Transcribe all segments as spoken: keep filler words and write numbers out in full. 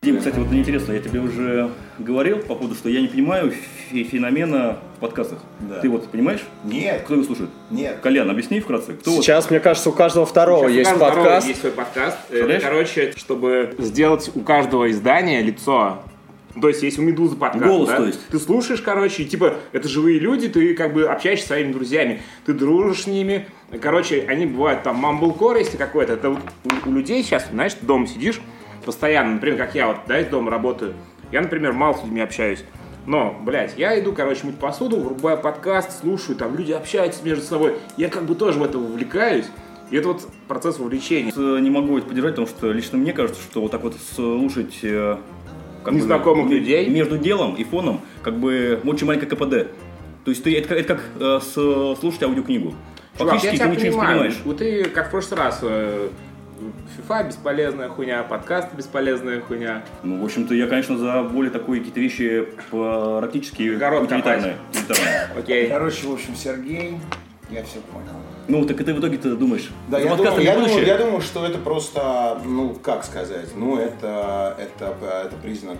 Дим, кстати, вот мне интересно, я тебе уже говорил по поводу, что я не понимаю феномена в подкастах. Да. Ты вот понимаешь? Нет. Кто его слушает? Нет. Колян, объясни вкратце. Кто Сейчас, вот... мне кажется, у каждого второго Сейчас есть у каждого подкаст. Есть свой подкаст. Это, короче, чтобы сделать у каждого издания лицо. То есть, есть у Медузы подкаст, голос, да? То есть. Ты слушаешь, короче, типа, это живые люди, ты как бы общаешься со своими друзьями, ты дружишь с ними. Короче, они бывают там мамблкор, если какой-то. Это вот у, у людей сейчас, знаешь, ты дома сидишь постоянно, например, как я вот, да, из дома работаю. Я, например, мало с людьми общаюсь. Но, блядь, я иду, короче, мыть посуду, врубаю подкаст, слушаю, там люди общаются между собой. Я как бы тоже в это увлекаюсь. И это вот процесс вовлечения. Не могу это поддержать, потому что лично мне кажется, что вот так вот слушать как незнакомых бы, людей между делом и фоном, как бы очень маленькое КПД. То есть ты, это, это как э, с, слушать аудиокнигу. Чувак, я тебя понимаю. Вот ты, как в прошлый раз, э, FIFA бесполезная хуйня, подкаст бесполезная хуйня. Ну, в общем-то, я, конечно, за более такие какие-то вещи практически утилитарные. Окей. Короче, в общем, Сергей, я все понял. Ну, так и ты в итоге-то думаешь? Да, я думаю, я, думаю, я думаю, что это просто, ну, как сказать, ну, это, это, это признак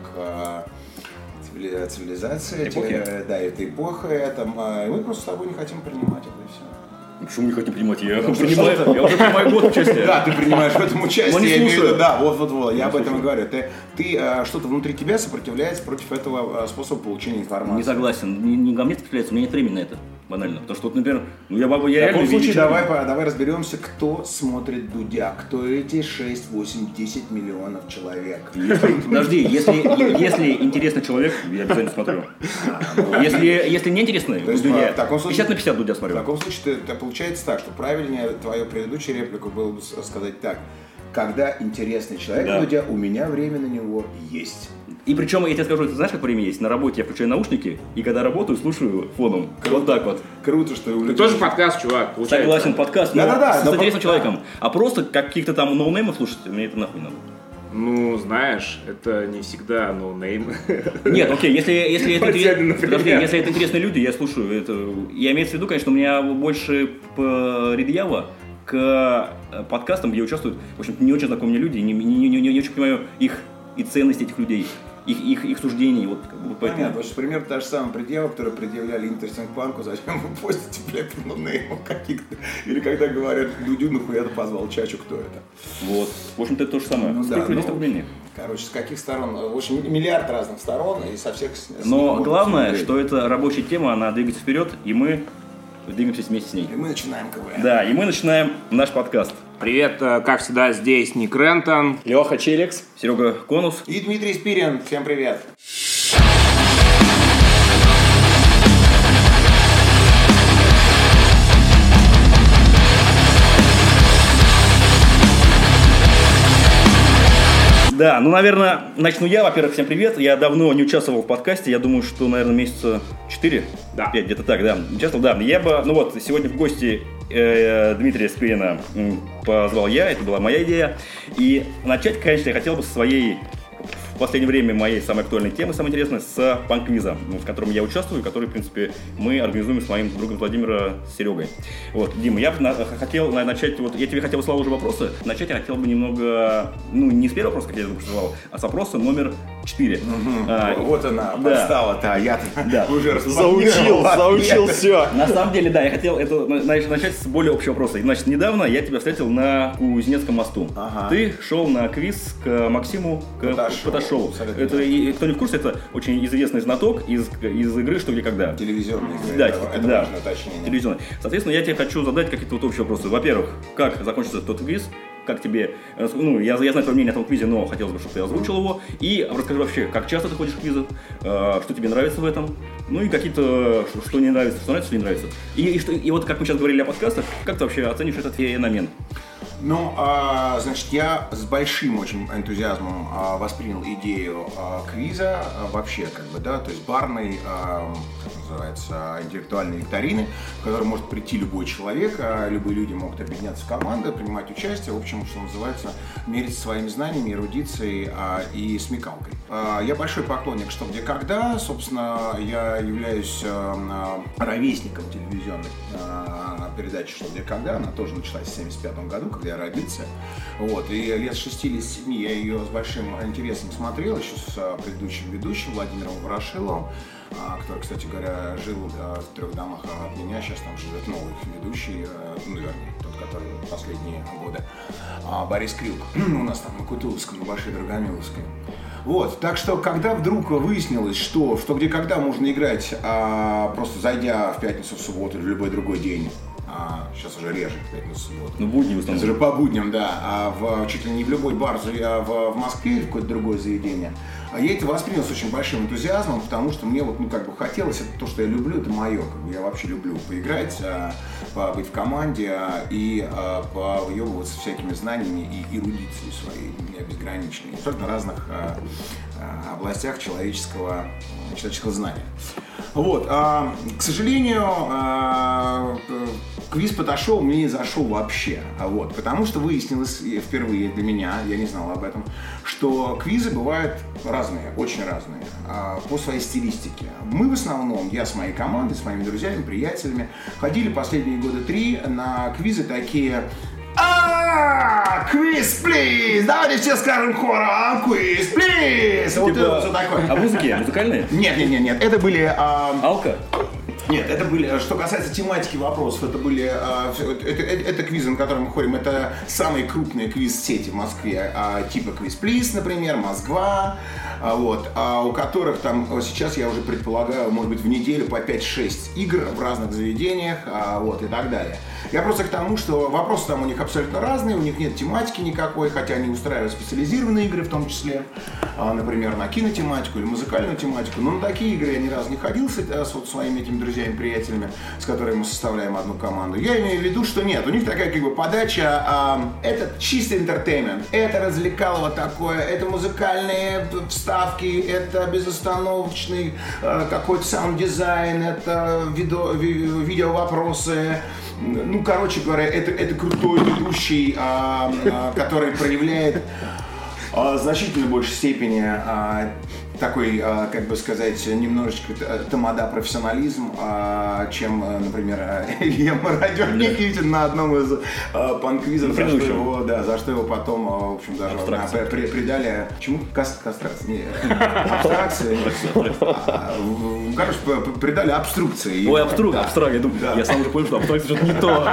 э, цивилизации, эпохи. Это, да, это эпоха, это, и мы просто с тобой не хотим принимать это и все. Почему не хотим принимать? Я, принимаю, я уже принимаю год участия. Да, ты принимаешь в этом участие. Но не слушаю. Да, вот, вот, вот. Я об этом и говорю. Ты, ты что-то внутри тебя сопротивляется против этого способа получения информации. Не согласен. Не, не ко мне сопротивляется, у меня нет времени на это. Банально. Потому что, вот, например, ну я, я в реально... таком случае давай, давай разберемся, кто смотрит Дудя. Кто эти шесть, восемь, десять миллионов человек. Если, подожди, если, если интересный человек, я обязательно смотрю. Если, если не интересный, Дудя, пятьдесят на пятьдесят Дудя смотрю. В таком случае это получается так, что правильнее твою предыдущую реплику было бы сказать так. Когда интересный человек, да. Дудя, у меня время на него есть. И причем, я тебе скажу, ты знаешь, как время есть? На работе я включаю наушники, и когда работаю, слушаю фоном. Круто. Вот так вот. Круто, что у людей... Тоже подкаст, чувак, получается. Согласен, подкаст, но да-да-да, с но интересным по... человеком. А просто каких-то там ноунеймов слушать, мне это нахуй надо. Ну, знаешь, это не всегда ноунейм. Нет, окей, если, если, это, подожди, если это интересные люди, я слушаю. Это, я имею в виду, конечно, у меня больше предъява к подкастам, где участвуют, в общем, не очень знакомые люди, не, не, не, не, не очень понимаю их и ценность этих людей, их, их, их суждений. Вот, как бы, поэтому... Понятно, потому что пример та же самая предъява, которую предъявляли Interesting Punk'у, зачем вы постите, блядь, ноунеймов каких-то. Или когда говорят, Дудю, нахуя ты позвал Чачу, кто это? Вот, в общем-то, это то же самое. Ну, сколько да, людей ну, мнения? Короче, с каких сторон? В общем, миллиард разных сторон и со всех... Но главное, что это рабочая тема, она двигается вперед, и мы двигаемся вместе с ней. И мы начинаем КВН. Да, и мы начинаем наш подкаст. Привет, как всегда, здесь Ник Рентон, Леха Челикс, Серега Конус и Дмитрий Спирин. Всем привет. Да, ну, наверное, начну я. Во-первых, всем привет. Я давно не участвовал в подкасте. Я думаю, что, наверное, месяца четыре, да. пять, где-то так, да. Участвовал, да. Я бы, ну вот, сегодня в гости э, Дмитрия Спирина позвал я. Это была моя идея. И начать, конечно, я хотел бы со своей, в последнее время, моей самой актуальной темы, самой интересной, с панк-квиза, в котором я участвую, который, в принципе, мы организуем с моим другом Владимиром Серегой. Вот, Дима, я бы хотел начать, вот, я тебе хотел слать уже вопросы, начать я хотел бы немного, ну, не с первого вопроса, как я сказал, а с вопроса номер четыре. Угу. А, вот она, да. Подстава-то, я да. уже заучил, заучил все. На самом деле, да, я хотел это начать с более общего вопроса. Значит, недавно я тебя встретил на Кузнецком мосту. Ага. Ты шел на квиз к Максиму, к Поташову. Это, и, кто не в курсе, это очень известный знаток из, из игры «Что, где, когда». Телевизионной игры, да, это, это да, важное уточнение. Телевизионной. Соответственно, я тебе хочу задать какие-то вот общие вопросы. Во-первых, как закончится тот квиз? Как тебе, ну, я, я знаю твое мнение о том квизе, но хотелось бы, чтобы ты озвучил его. И расскажи вообще, как часто ты ходишь в квизы, э, что тебе нравится в этом, ну и какие-то, что, что не нравится, что нравится, что не нравится. И, и, что, и вот как мы сейчас говорили о подкастах, как ты вообще оценишь этот феномен? Ну, а, значит, я с большим очень энтузиазмом а, воспринял идею а, квиза а, вообще, как бы, да, то есть барный, а, как называется, интеллектуальной викторины, в которой может прийти любой человек, а любые люди могут объединяться в команды, принимать участие, в общем, что называется, мериться своими знаниями, эрудицией а, и смекалкой. А, я большой поклонник «Что, где, когда». Собственно, я являюсь а, ровесником телевизионной а, передачи «Что, где, когда». Она тоже началась в семьдесят пятом году, когда я родился. Вот. И лет с шести или семи я ее с большим интересом смотрел, еще с а, предыдущим ведущим Владимиром Ворошиловым, а, который, кстати говоря, жил а, в трех домах от меня. Сейчас там живет новый ведущий, а, ну, вернее, тот, который последние годы, а, Борис Крюк. У нас там на Кутузовском, на Большой Драгомиловской. Вот, так что, когда вдруг выяснилось, что «Что, где, когда» можно играть, а, просто зайдя в пятницу, в субботу или в любой другой день, а, сейчас уже реже, в пятницу, в субботу. Ну, будни в основном. Сейчас уже по будням, да, а в, чуть ли не в любой бар а в, в Москве или в какое-то другое заведение. А я это воспринял с очень большим энтузиазмом, потому что мне вот, ну, как бы хотелось, это то, что я люблю, это мое, как бы я вообще люблю поиграть, а, побыть в команде а, и а, повъебываться всякими знаниями и эрудицией своей безграничной, в абсолютно разных а, а, областях человеческого, человеческого знания. Вот, а, к сожалению, а, квиз «Поташоу» мне не зашел вообще, вот, потому что выяснилось впервые для меня, я не знал об этом, что квизы бывают разные, очень разные, а, по своей стилистике. Мы в основном, я с моей командой, с моими друзьями, приятелями, ходили последние года три на квизы такие: а, квиз, плиз! Давайте все скажем хором: квиз, плиз! Вот это все такое. А музыки? Музыкальные? Нет, нет, нет, нет. Это были. А... Алка? Нет, это были, что касается тематики вопросов, это были, а, это, это, это квизы, на которые мы ходим, это самые крупные квиз-сети в Москве, а, типа Квиз Плиз, например, Москва, а, вот, а у которых там сейчас, я уже предполагаю, может быть, в неделю по пять-шесть игр в разных заведениях, а, вот, и так далее. Я просто к тому, что вопросы там у них абсолютно разные, у них нет тематики никакой, хотя они устраивают специализированные игры в том числе, а, например, на кинотематику или музыкальную тематику, но на такие игры я ни разу не ходил с, с вот своими этими друзьями, приятелями, с которыми мы составляем одну команду. Я имею в виду, что нет, у них такая как бы подача, а, это чистый интертеймент, это развлекалово такое, это музыкальные вставки, это безостановочный а, какой-то саунд-дизайн, это видео, ви, видео-вопросы. Ну, короче говоря, это, это крутой ведущий, а, а, который проявляет а, в значительно большей степени а, такой, а, как бы сказать, немножечко тамада профессионализм, а, чем, например, Илья Мародер Никитин на одном из а, панквизов, за что его, да, за что его потом, в общем, даже на, при, придали, чему? Кастрация? Не, абстракция. Короче, придали обструкции. Ой, абстракция, абстракция, я думаю, я сам уже понял, что абстракция что-то не то.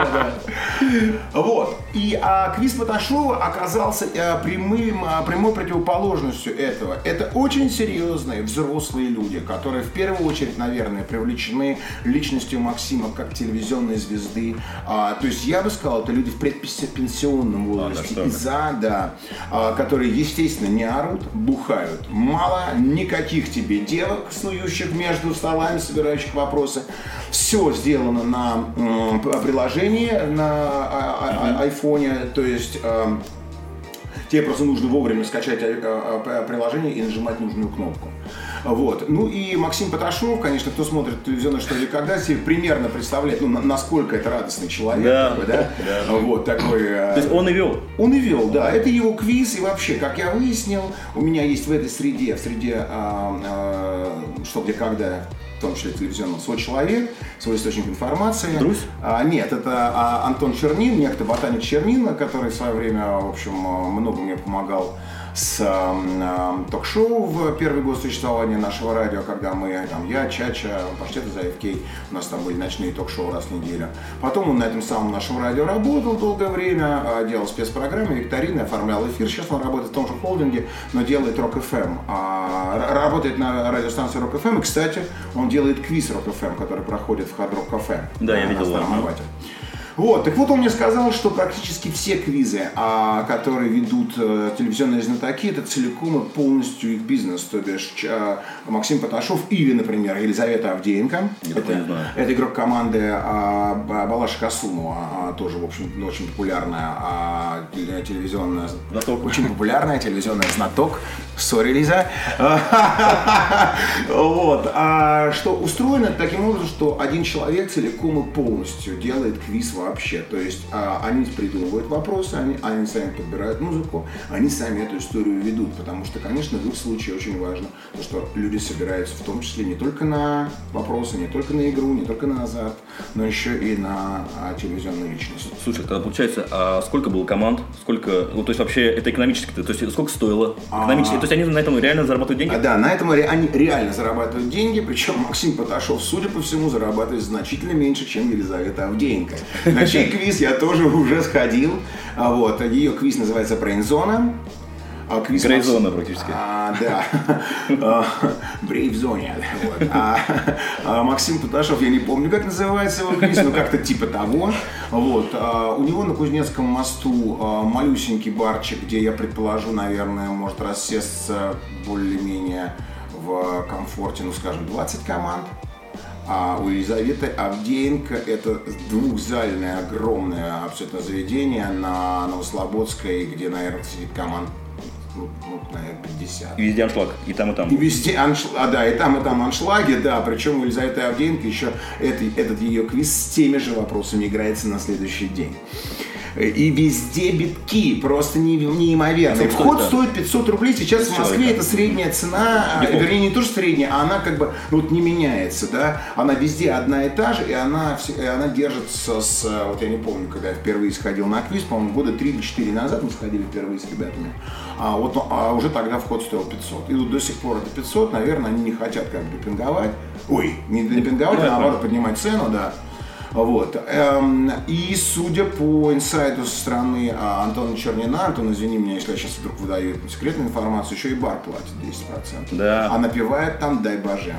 Вот. И а, квиз «Поташоу» оказался а, прямым, а, прямой противоположностью этого. Это очень серьезные взрослые люди, которые в первую очередь, наверное, привлечены личностью Максима как телевизионной звезды. А, то есть я бы сказал, это люди в предпенсионном возрасте, а, да, из-за, да, а, которые, естественно, не орут, бухают. Мало никаких тебе девок, снующих между столами, собирающих вопросы. Все сделано на м, приложении, на айфоне, то есть э, тебе просто нужно вовремя скачать э, приложение и нажимать нужную кнопку. Вот. Ну и Максим Поташов, конечно, кто смотрит телевизионное «Что, где, когда», себе примерно представляет, ну, насколько это радостный человек. Да. Такой, да? Да. Вот, такой, то есть он и вел? Он и вел, да. Это его квиз, и вообще, как я выяснил, у меня есть в этой среде, в среде э, э, «Что, где, когда», в том числе телевизионном, свой человек, свой источник информации. Друзь? А, нет, это а, Антон Чернин, некто ботаник Чернин, который в свое время, в общем, много мне помогал с а, ток-шоу в первый год существования нашего радио, когда мы, там, я, Чача, Паштет из АФК, у нас там были ночные ток-шоу раз в неделю. Потом он на этом самом нашем радио работал долгое время, делал спецпрограммы, викторины, оформлял эфир. Сейчас он работает в том же холдинге, но делает Рок-эф эм. А, работает на радиостанции Рок-эф эм, и, кстати, он делает квиз Рок-эф эм, который проходит в Hard Rock Cafe. Да, я видел. На Старом Арбате. Вот, так вот он мне сказал, что практически все квизы, а, которые ведут а, телевизионные знатоки, это целиком и полностью их бизнес. То бишь а, Максим Паташов или, например, Елизавета Авдеенко. Это, это игрок команды а, Балаша Касумова, а, тоже, в общем, очень популярная а, телевизионная... Знаток. Очень популярная телевизионная знаток. Сори, Лиза. Вот. А что устроено таким образом, что один человек целиком и полностью делает квиз вообще. То есть а, они придумывают вопросы, они, они сами подбирают музыку, они сами эту историю ведут. Потому что, конечно, в их случае очень важно, то, что люди собираются в том числе не только на вопросы, не только на игру, не только на азарт, но еще и на а, телевизионную личность. Слушай, тогда получается, а сколько было команд? Сколько, ну, то есть вообще это экономически, то есть сколько стоило? Экономически, а... то есть они на этом реально зарабатывают деньги? А, да, на этом они реально зарабатывают деньги, причем Максим Паташов, судя по всему, зарабатывает значительно меньше, чем Елизавета Авдеенко. На чей квиз я тоже уже сходил. Вот. Ее квиз называется «Брейнзона». А квиз Грейзона Макс... практически. А, да. Брейв-зоне. Вот. А, а Максим Паташов, я не помню, как называется его квиз, но как-то типа того. Вот. А, у него на Кузнецком мосту а, малюсенький барчик, где я предположу, наверное, может рассесться более-менее в комфорте, ну, скажем, двадцать команд. А у Елизаветы Авдеенко это двухзальное огромное абсолютно заведение на Новослободской, где, наверное, сидит команд. Ну, ну, наверное, пятьдесят. И везде аншлаг, и там, и там. И везде аншлаг, а, да, и там, и там аншлаги, да, причем у Елизаветы Авдеенко еще это, этот ее квиз с теми же вопросами играется на следующий день. И везде битки, просто неимоверные. А вход стоит пятьсот рублей, сейчас в Москве человека. Это средняя цена, Дефолт. Вернее, не то, что средняя, а она как бы ну, вот не меняется, да, она везде одна и та же, и она, и она держится с, вот я не помню, когда я впервые сходил на квиз, по-моему, года три или четыре назад мы сходили впервые с ребятами, а, вот, а уже тогда вход стоил пятьсот, и вот до сих пор это пятьсот, наверное, они не хотят как бы демпинговать, ой, не демпинговать, а наоборот поднимать цену, да. Вот. И судя по инсайду со стороны Антона Чернина, Антон, извини меня, если я сейчас вдруг выдаю секретную информацию, еще и бар платит десять процентов. Да. А напевает там «Дай Боже».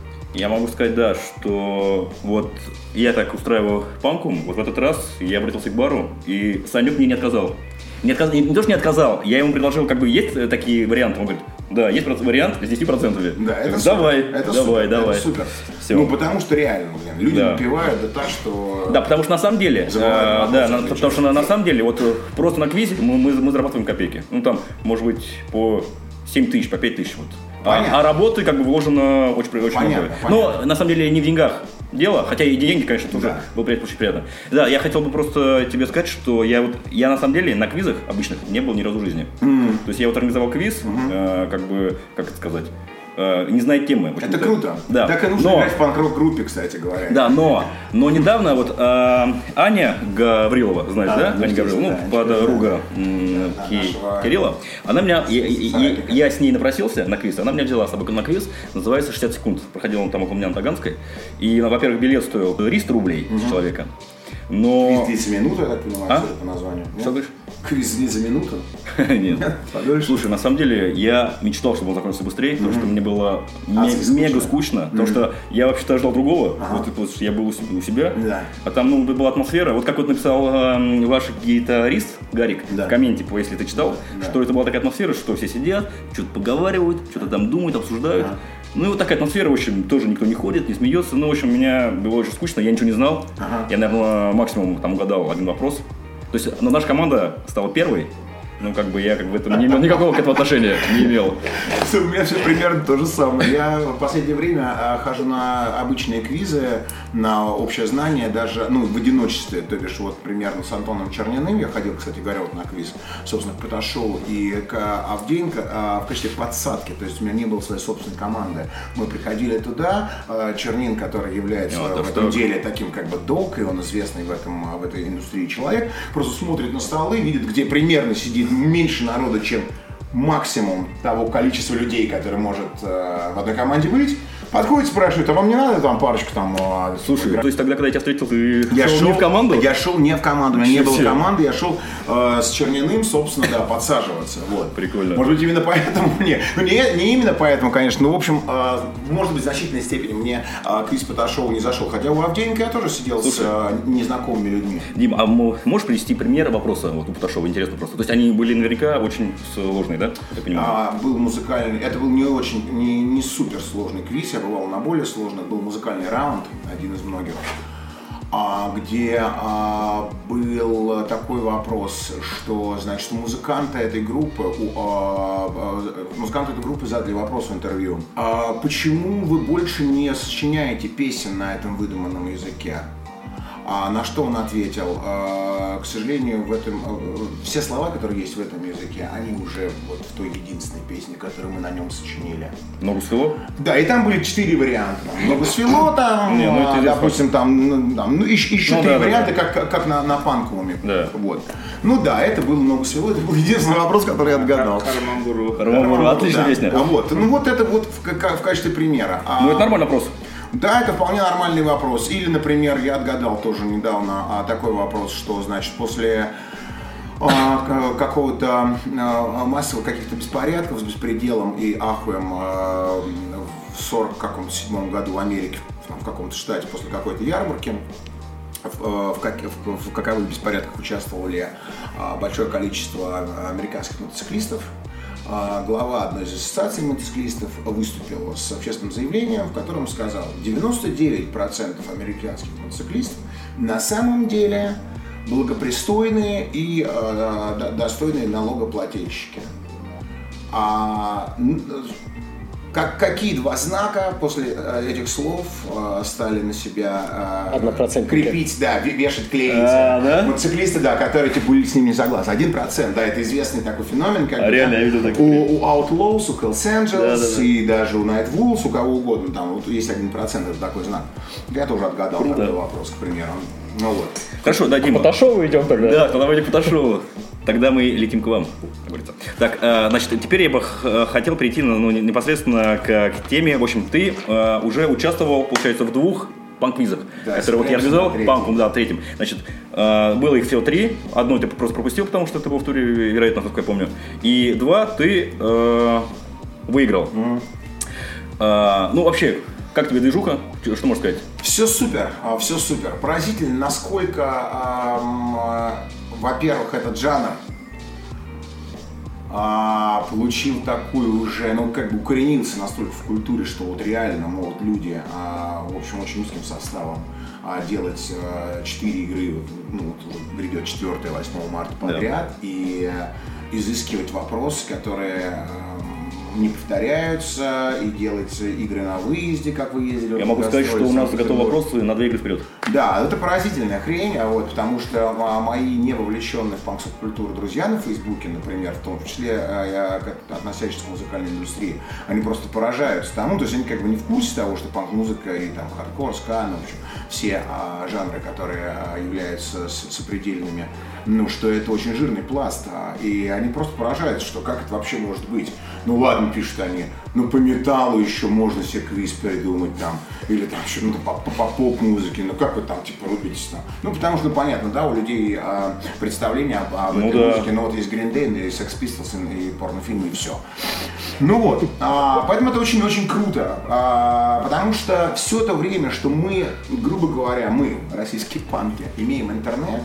Я могу сказать, да, что вот я так устраивал панкум, вот в этот раз я обратился к бару, и Санек мне не отказал. Не, отказ... не, не то, что не отказал, я ему предложил, как бы, есть такие варианты, он говорит, да, есть вариант с десятью процентами. Да, это давай, супер. Это давай, супер. давай. Это супер. Все. Ну, потому что реально, блин, люди да. напивают, да так, что... Да, потому что на самом деле, э, да, на, потому что на, на самом деле, вот просто на квизе мы, мы, мы зарабатываем копейки. Ну, там, может быть, по семь тысяч, по пять тысяч, вот. А, а работы, как бы, вложено очень, очень понятно, много. Понятно. Но, на самом деле, не в деньгах дело, хотя и деньги, конечно, тоже да. было приятно, очень приятно. Да, я хотел бы просто тебе сказать, что я вот, я на самом деле на квизах обычных не был ни разу в жизни. Mm. То есть я вот организовал квиз, mm-hmm. э, как бы, как это сказать, э, не знает темы. Это круто. Да. Так и нужно но, играть в панк-рок группе, кстати говоря. Да, но, но недавно вот э, Аня Гаврилова, знаешь, а, да? Аня Гаврилова, ну, да, подруга да, Ки- Кирилла. Она меня, я, я, я с ней напросился на квиз, она меня взяла с собой на квиз, называется шестьдесят секунд. Проходил он там около меня на Таганской. И, во-первых, билет стоил триста рублей угу. с человека. Но... Квиз длится минуту, я так понимаю, а? что это по названию. Нет? Что говоришь? Квиз длится минуту? Нет. Слушай, на самом деле, я мечтал, чтобы он закончился быстрее, потому что мне было мега скучно, потому что я вообще-то ждал другого, вот я был у себя, а там, ну, была атмосфера, вот как вот написал ваш гитарист Гарик в комменте, если ты читал, что это была такая атмосфера, что все сидят, что-то поговаривают, что-то там думают, обсуждают. Ну и вот такая атмосфера, в общем, тоже никто не ходит, не смеется. Ну, в общем, меня было очень скучно, я ничего не знал. Ага. Я, наверное, максимум там угадал один вопрос. То есть, но наша команда стала первой. Ну, как бы я как бы это не имел никакого к этому отношения, не имел. У меня все примерно то же самое. Я в последнее время хожу на обычные квизы, на общее знание, даже, ну, в одиночестве. То бишь, вот примерно с Антоном Черниным я ходил, кстати говоря, вот на квиз, собственно, к Паташову и к Авдеенко в качестве подсадки. То есть у меня не было своей собственной команды. Мы приходили туда, Чернин, который является ну, в этом что? деле таким как бы долгой, он известный в, этом, в этой индустрии человек, просто смотрит на столы, видит, где примерно сидит меньше народа, чем максимум того количества людей, который может э, в одной команде быть, подходит, спрашивает, а вам не надо там парочку там... Слушай, то есть тогда, когда я тебя встретил, ты я шел, шел не в команду? Я шел не в команду, у меня не было Все. команды, я шел э, с Черниным, собственно, да, подсаживаться. Вот. Прикольно. Может быть, именно поэтому мне... Ну, не, не именно поэтому, конечно, но, в общем, э, может быть, в значительной степени мне э, квиз Поташова не зашел. Хотя у Авдеенко я тоже сидел Слушай, с э, незнакомыми людьми. Дим, а можешь привести пример вопроса вот, у Поташова? Интересно просто. То есть они были наверняка очень сложные, да? Я понимаю. А, был музыкальный... Это был не очень, не, не супер сложный квиз, я бывал на более сложных. Был музыкальный раунд, один из многих. А, где а, был такой вопрос, что, значит, у музыканта этой группы, у, а, а, музыканты этой группы задали вопрос в интервью. А почему вы больше не сочиняете песен на этом выдуманном языке? А на что он ответил, а, к сожалению, в этом, все слова, которые есть в этом языке, они уже вот в той единственной песне, которую мы на нем сочинили. Много свело? Да, и там были четыре варианта. Много свело там, Не, ну, а, допустим, там, ну, там, ну еще, еще ну, три да, варианта, да, да. как, как на, на панковыме. Да. Вот. Ну да, это было много свело, это был единственный вопрос, который я отгадал. Харамамбуру. Харамамбуру, отличная да. песня. А вот, ну вот это вот в, как, в качестве примера. А, Ну это нормальный вопрос. Да, это вполне нормальный вопрос. Или, например, я отгадал тоже недавно а, такой вопрос, что, значит, после а, какого-то а, массовых каких-то беспорядков с беспределом и ахуем а, в сорок седьмом году в Америке, в каком-то штате, после какой-то ярмарки, в, в, как, в, в каковых беспорядках участвовали а, большое количество американских мотоциклистов. Глава одной из ассоциаций мотоциклистов выступил с общественным заявлением, в котором сказал, девяносто девять процентов американских мотоциклистов на самом деле благопристойные и э, достойные налогоплательщики. А, как, какие два знака после этих слов э, стали на себя э, крепить, да, вешать, клеить а, да? мотоциклисты, да, которые типа, были с ними не согласны. Один процент, да, это известный такой феномен, как а, реально, я видел у, у Outlaws, у Hells Angels да, да, да. и даже у Night Wolves, у кого угодно, там вот есть один процент, это такой знак. Я тоже отгадал Круто. такой вопрос, к примеру. Ну вот. Хорошо, да, Дима. К Поташову идем тогда? Да, тогда вроде к Поташову. Тогда мы летим к вам, как говорится. Так, э, значит, теперь я бы х- хотел перейти ну, непосредственно к, к теме. В общем, ты э, уже участвовал, получается, в двух панк-квизах, Да, которые вот я организовал, панком, да, третьим. Значит, э, было их всего три. Одно ты просто пропустил, потому что ты был в туре, вероятно, насколько я помню. И два ты э, выиграл. Mm-hmm. Э, ну, вообще, как тебе движуха? Что, что можешь сказать? Все супер, все супер. Поразительно, насколько, эм, э, во-первых, этот жанр э, получил такую уже, ну, как бы укоренился настолько в культуре, что вот реально могут люди, э, в общем, очень узким составом э, делать э, четыре игры, ну, вот грядет четвёртое, восьмое марта подряд, да. И э, изыскивать вопросы, которые... Э, не повторяются, и делаются игры на выезде, как вы ездили. Я могу сказать, что у нас готовы вопросы на две игры вперед. Да, это поразительная хрень, вот, потому что мои не вовлеченные в панк-субкультуру друзья на Фейсбуке, например, в том числе я, относящиеся к музыкальной индустрии, они просто поражаются тому, то есть они как бы не в курсе того, что панк-музыка и там хардкор, ска, ну, в общем, все а, жанры, которые а, являются сопредельными, ну, что это очень жирный пласт, а, и они просто поражаются, что как это вообще может быть. Ну ладно, пишут они, ну по металлу еще можно себе квиз придумать там, или там еще ну, по, по, по поп-музыке, ну как вы там типа рубитесь там. Ну потому что, ну, понятно, да, у людей а, представление об, об ну, этой да. музыке, но вот есть Green Day, и Sex Pistols, и порнофильмы, и все. Ну вот, а, поэтому это очень-очень круто, а, потому что все то время, что мы, грубо говоря, мы, российские панки, имеем интернет,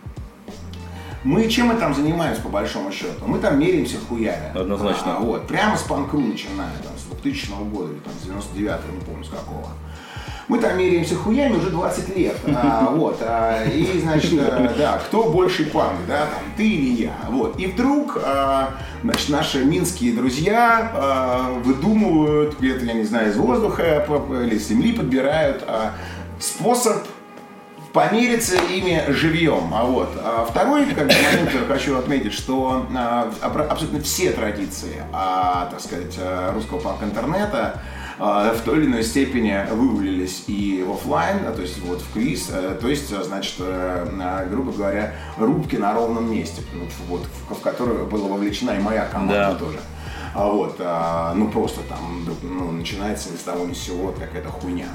мы чем мы там занимаемся, по большому счету? Мы там меряемся хуями. Однозначно. А, вот, прямо с панк-ру начиная, там, с двухтысячного года, или там, с девяносто девятого, не помню с какого. Мы там меряемся хуями уже двадцать лет. А, вот, а, и, значит, а, да, кто больший панк, да, там, ты или я. Вот. И вдруг, а, значит, наши минские друзья а, выдумывают, где-то, я не знаю, из воздуха или с земли подбирают а, способ помериться ими живьем. А вот. А второй как бы, момент, я хочу отметить, что а, абсолютно все традиции, а, так сказать, русского панк-интернета а, в той или иной степени вывалились и в офлайн, а, то есть вот в квиз, а, то есть, значит, а, грубо говоря, рубки на ровном месте, вот, в, в которую была вовлечена и моя команда да. тоже. А вот, а, ну просто там, ну, начинается ни с того ни с сего какая-то хуйня.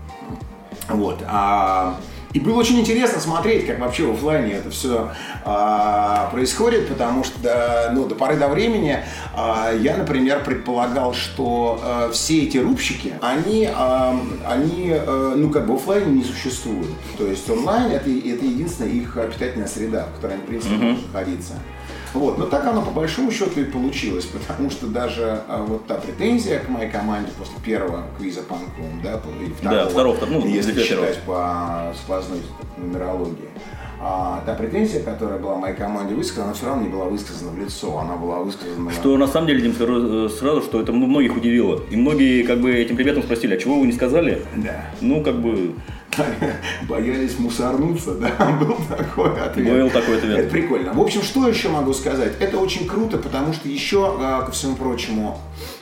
Вот. А, и было очень интересно смотреть, как вообще в офлайне это все а, происходит, потому что до, ну, до поры до времени а, я, например, предполагал, что а, все эти рубщики, они, а, они а, ну, как бы в офлайне не существуют. То есть онлайн это, это единственная их питательная среда, в которой они, в принципе, mm-hmm. могут находиться. Вот. Но так оно по большому счету и получилось, потому что даже а, вот та претензия к моей команде после первого квиза по анклам, да, или второго, да, второго, ну, если считать по сквозной нумерологии, а, та претензия, которая была моей команде высказана, она все равно не была высказана в лицо, она была высказана... Что на самом деле, Дим, скажу сразу, что это многих удивило. И многие как бы этим ребятам спросили, а чего вы не сказали? Да. Ну, как бы... Боялись мусорнуться, да, был такой ответ. Был такой ответ. Это прикольно. В общем, что еще могу сказать? Это очень круто, потому что еще, ко всему прочему,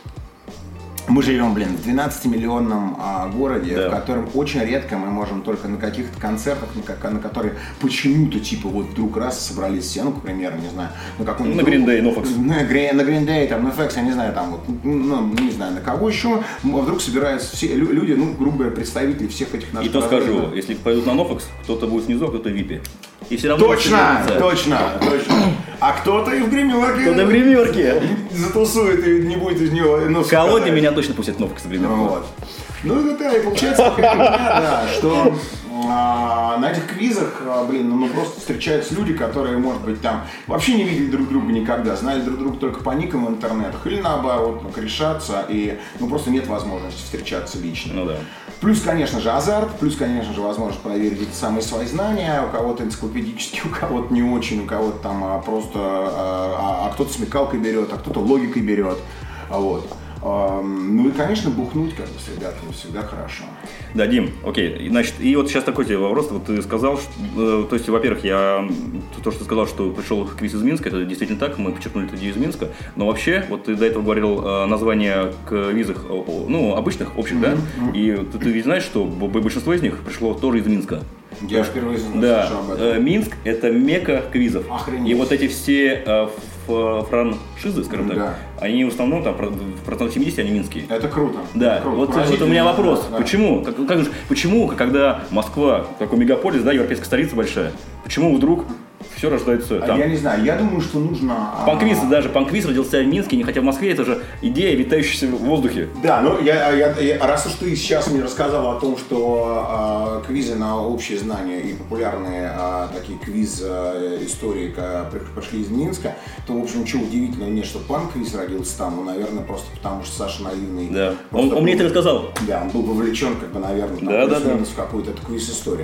мы живем, блин, в двенадцатимиллионном а, городе, да. в котором очень редко мы можем только на каких-то концертах, на, на которые почему-то, типа, вот вдруг раз собрались все, ну, к примеру, не знаю, на какой-нибудь... На Green Day, NoFX. На, на Green Day, там, на эф икс, я не знаю, там, вот, ну, не знаю, на кого еще, вдруг собираются все люди, ну, грубо говоря, представители всех этих наших... И то скажу, если пойдут на NoFX, кто-то будет внизу, а кто-то в випе. И все равно точно, точно, точно. А кто-то и в гримерке. Кто-то в гримерке. Затусует и не будет из него. Ну, в колоде меня точно пустят NoFX в гримерку. Вот. Ну, это да, и получается такая хуйня, да, что а, на этих квизах, а, блин, ну просто встречаются люди, которые, может быть, там вообще не видели друг друга никогда, знали друг друга только по никам в интернетах, или наоборот, ну, корешатся, и ну просто нет возможности встречаться лично. Ну да. Плюс, конечно же, азарт, плюс, конечно же, возможность проверить эти самые свои знания, у кого-то энциклопедические, у кого-то не очень, у кого-то там а, просто, а, а кто-то смекалкой берет, а кто-то логикой берет, вот. Ну и, конечно, бухнуть как бы с ребятами всегда хорошо. Да, Дим, окей, значит, и вот сейчас такой тебе вопрос, вот ты сказал, что, то есть, во-первых, я, то, что ты сказал, что пришел квиз из Минска, это действительно так, мы подчеркнули эту идею из Минска, но вообще, вот ты до этого говорил название квизах, ну, обычных, общих, mm-hmm. да, и ты, ты ведь знаешь, что большинство из них пришло тоже из Минска. Я впервые слышал да. об этом. Минск – это мекка квизов. Охренеть. И вот эти все э, франшизы, скажем так, да. они в основном, там, в процентах семьдесят они минские. Это круто. Да, это круто. Вот, вот у меня вопрос. Да. Почему? Как, как же, почему, когда Москва, такой мегаполис, да, европейская столица большая, почему вдруг все рождается там? Я не знаю, я думаю, что нужно... Панквиз, даже Панквиз родился в Минске, не хотя в Москве, это же идея, витающаяся в воздухе. Да, ну я, я, я раз уж ты сейчас мне рассказал о том, что а, квизы на общие знания и популярные а, такие квиз а, истории а, пошли из Минска, то, в общем, ничего удивительного нет, что Панквиз родился там, ну, наверное, просто потому что Саша наивный. Да, он, он мне это рассказал. Да, он был вовлечен, как бы, наверное, там, да, да, да. в какую-то эту квиз-историю.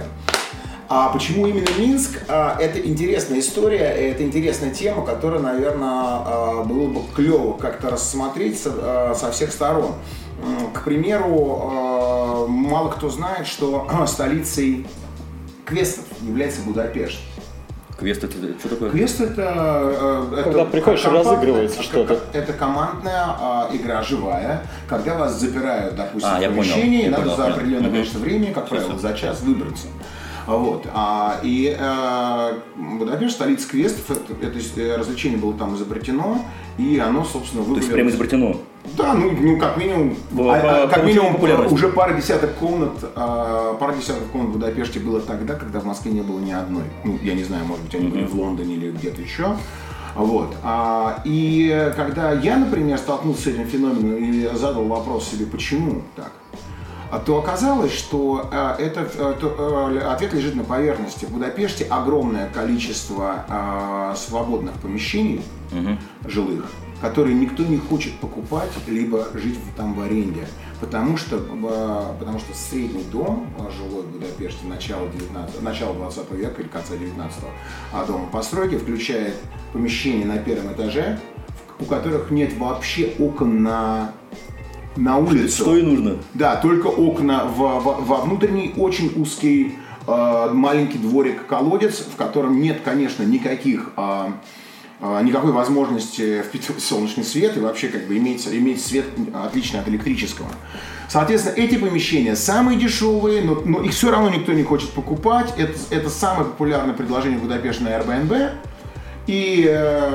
А почему именно Минск? А, это интересная история, это интересная тема, которую, наверное, а, было бы клево как-то рассмотреть со, а, со всех сторон. К примеру, а, мало кто знает, что столицей квестов является Будапешт. Квест это что такое? Квест это... это когда приходишь и разыгрывается что-то. Это командная а, игра живая, когда вас запирают, допустим, а, в помещении, и надо понял, за понял. определенное угу. количество времени, как правило, за час выбраться. Вот. А, и а, Будапешт, столица квестов, это, это развлечение было там изобретено, и оно, собственно, вывело... То есть прямо изобретено? Да, ну, ну как минимум, Было, а, по, как минимум уже пара пара десяток комнат, а, пара десятков комнат в Будапеште было тогда, когда в Москве не было ни одной. Ну, я не знаю, может быть, они mm-hmm. были в Лондоне или где-то еще. Вот. А, и когда я, например, столкнулся с этим феноменом и задал вопрос себе, почему так, то оказалось, что э, это, то, э, ответ лежит на поверхности. В Будапеште огромное количество э, свободных помещений угу. жилых, которые никто не хочет покупать, либо жить там в аренде. Потому что, э, потому что средний дом жилой в Будапеште начала, девятнадцатого, начала двадцатого века или конца девятнадцатого а дома постройки включает помещения на первом этаже, у которых нет вообще окон на... на улицу. Что и нужно. Да, только окна в, в, во внутренний очень узкий э, маленький дворик-колодец, в котором нет, конечно, никаких, э, э, никакой возможности впитывать солнечный свет и вообще как бы иметь, иметь свет отличный от электрического. Соответственно, эти помещения самые дешевые, но, но их все равно никто не хочет покупать. Это, это самое популярное предложение в Будапеште на Airbnb. И э,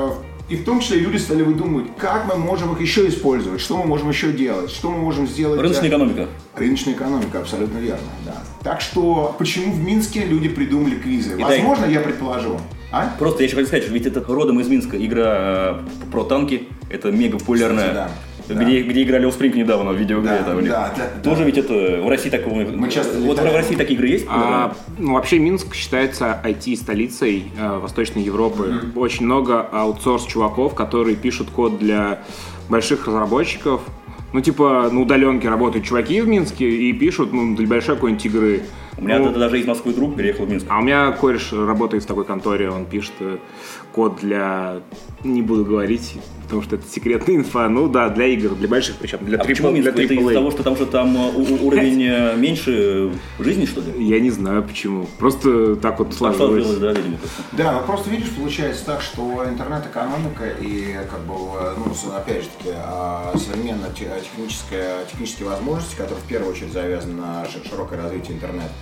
И в том числе люди стали выдумывать, как мы можем их еще использовать, что мы можем еще делать, что мы можем сделать. Рыночная экономика. Рыночная экономика, абсолютно верно, да. Так что, почему в Минске люди придумали квизы? И Возможно, дай... я предположу. А? Просто я еще хочу сказать, что ведь это родом из Минска игра э, про танки. Это мега популярная. Кстати, да. Где, да. где играли Offspring недавно в видеоигре. Да, там, да, да, тоже да. ведь это в России такого... Мы часто вот в России такие игры есть? А, ну, вообще Минск считается ай ти-столицей э, Восточной Европы. Mm-hmm. Очень много аутсорс-чуваков, которые пишут код для больших разработчиков. Ну, типа, на удаленке работают чуваки в Минске и пишут ну, для большой какой-нибудь игры. У меня ну, даже из Москвы друг переехал в Минск. А у меня кореш работает в такой конторе, он пишет э, код для... Не буду говорить, потому что это секретная инфа. Ну да, для игр, для больших, причем для а почему Минск? Это из-за того, что, там, что там уровень меньше жизни, что ли? Я не знаю почему. Просто так вот сложилось. Да, видимо. Да, ну просто видишь, получается так, что интернет-экономика и, как бы, ну, опять же таки, современная техническая, технические возможности, которые в первую очередь завязаны на широкое развитие интернета,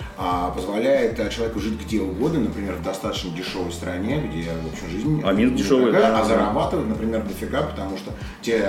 позволяет человеку жить где угодно, например, в достаточно дешевой стране, где, в общем, жизнь а Минск дешевый, да, а зарабатывать, например, дофига, потому что те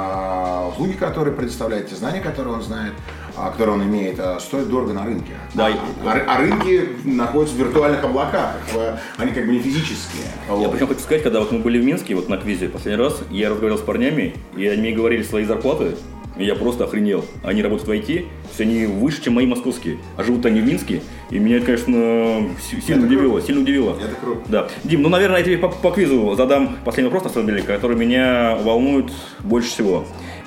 а, услуги, которые предоставляет, те знания, которые он знает, а, которые он имеет, а, стоят дорого на рынке. Да, а, а, а рынки находятся в виртуальных облаках, они как бы не физические. Я вот. Причем хочу сказать, когда вот мы были в Минске, вот на квизе последний раз, я разговаривал с парнями, и они мне говорили свои зарплаты. И я просто охренел. Они работают в ай ти, все они выше, чем мои московские. А живут они в Минске. И меня это, конечно, сильно это удивило. Круто. Сильно удивило. Это круто. Да. Дим, ну, наверное, я тебе по, по квизу задам последний вопрос, на самом деле, который меня волнует больше всего.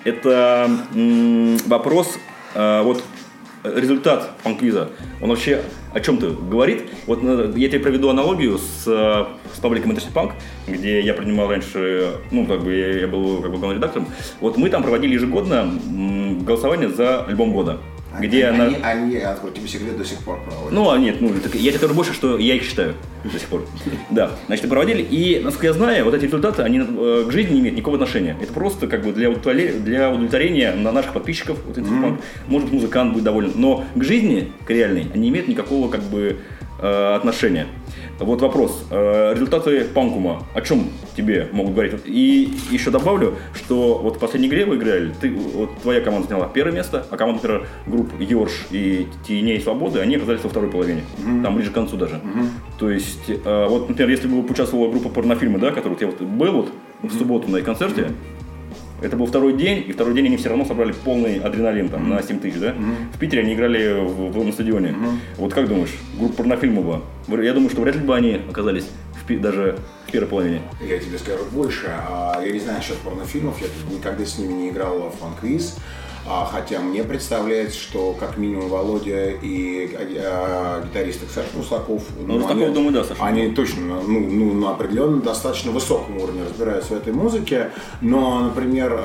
Это м- вопрос, э, вот, результат панк-квиза, он вообще о чем-то говорит? Вот я тебе проведу аналогию с, с пабликом Interesting Punk, где я принимал раньше, ну, как бы я, я был как бы главным редактором. Вот мы там проводили ежегодно голосование за альбом года. Где они, она... они, они, я открою тебе секрет, до сих пор проводят. Ну, а нет, ну, так, я тебе говорю больше, что я их считаю до сих пор. Да, значит, проводили, и, насколько я знаю, вот эти результаты, они э, к жизни не имеют никакого отношения. Это просто как бы для удовлетворения, для удовлетворения на наших подписчиков, вот, mm-hmm. может, музыкант будет доволен, но к жизни, к реальной, они не имеют никакого как бы э, отношения. Вот вопрос. Результаты Панкума о чем тебе могут говорить? И еще добавлю, что вот в последней игре вы играли, ты, вот твоя команда заняла первое место, а команда, например, групп Йорш и Теней Свободы, они оказались во второй половине. Mm-hmm. Там ближе к концу даже. Mm-hmm. То есть, вот, например, если бы участвовала группа порнофильмы, да, который вот я вот был вот в субботу на их концерте, mm-hmm. это был второй день, и второй день они все равно собрали полный адреналин там, mm-hmm. на семь тысяч, да? Mm-hmm. В Питере они играли в, в, на стадионе. Mm-hmm. Вот как думаешь, группа порнофильмова, я думаю, что вряд ли бы они оказались в, даже в первой половине. Я тебе скажу больше. Я не знаю насчет порнофильмов, я никогда с ними не играл в фан-квиз. Хотя мне представляется, что как минимум Володя и а, гитарист Саша Руслаков, ну, ну, Руслаков, они, думаю, да, Саша. Они точно ну, ну, на определенно достаточно высоком уровне разбираются в этой музыке. Но, например,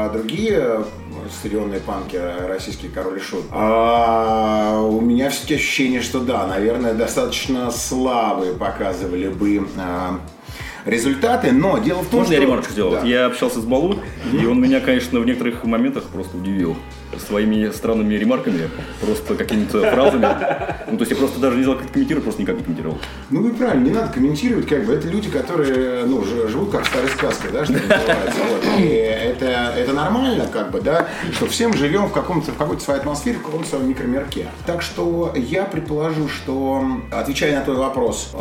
другие стадионные панки, российские Король и Шут, а, у меня все-таки ощущение, что да, наверное, достаточно слабые показывали бы а, результаты, но дело в том, Можно что... я ремарочку сделал? Да. Я общался с Балу, и он меня, конечно, в некоторых моментах просто удивил своими странными ремарками, просто какими-то фразами. Ну, то есть я просто даже не знал, как комментировать, просто никак не комментировал. Ну, вы правильно, не надо комментировать, как бы, это люди, которые, ну, живут как в старой сказке, да, что называется, вот. И это, это нормально, как бы, да, что всем живем в, каком-то, в какой-то своей атмосфере, в каком-то своем микромирке. Так что я предположу, что, отвечая на твой вопрос,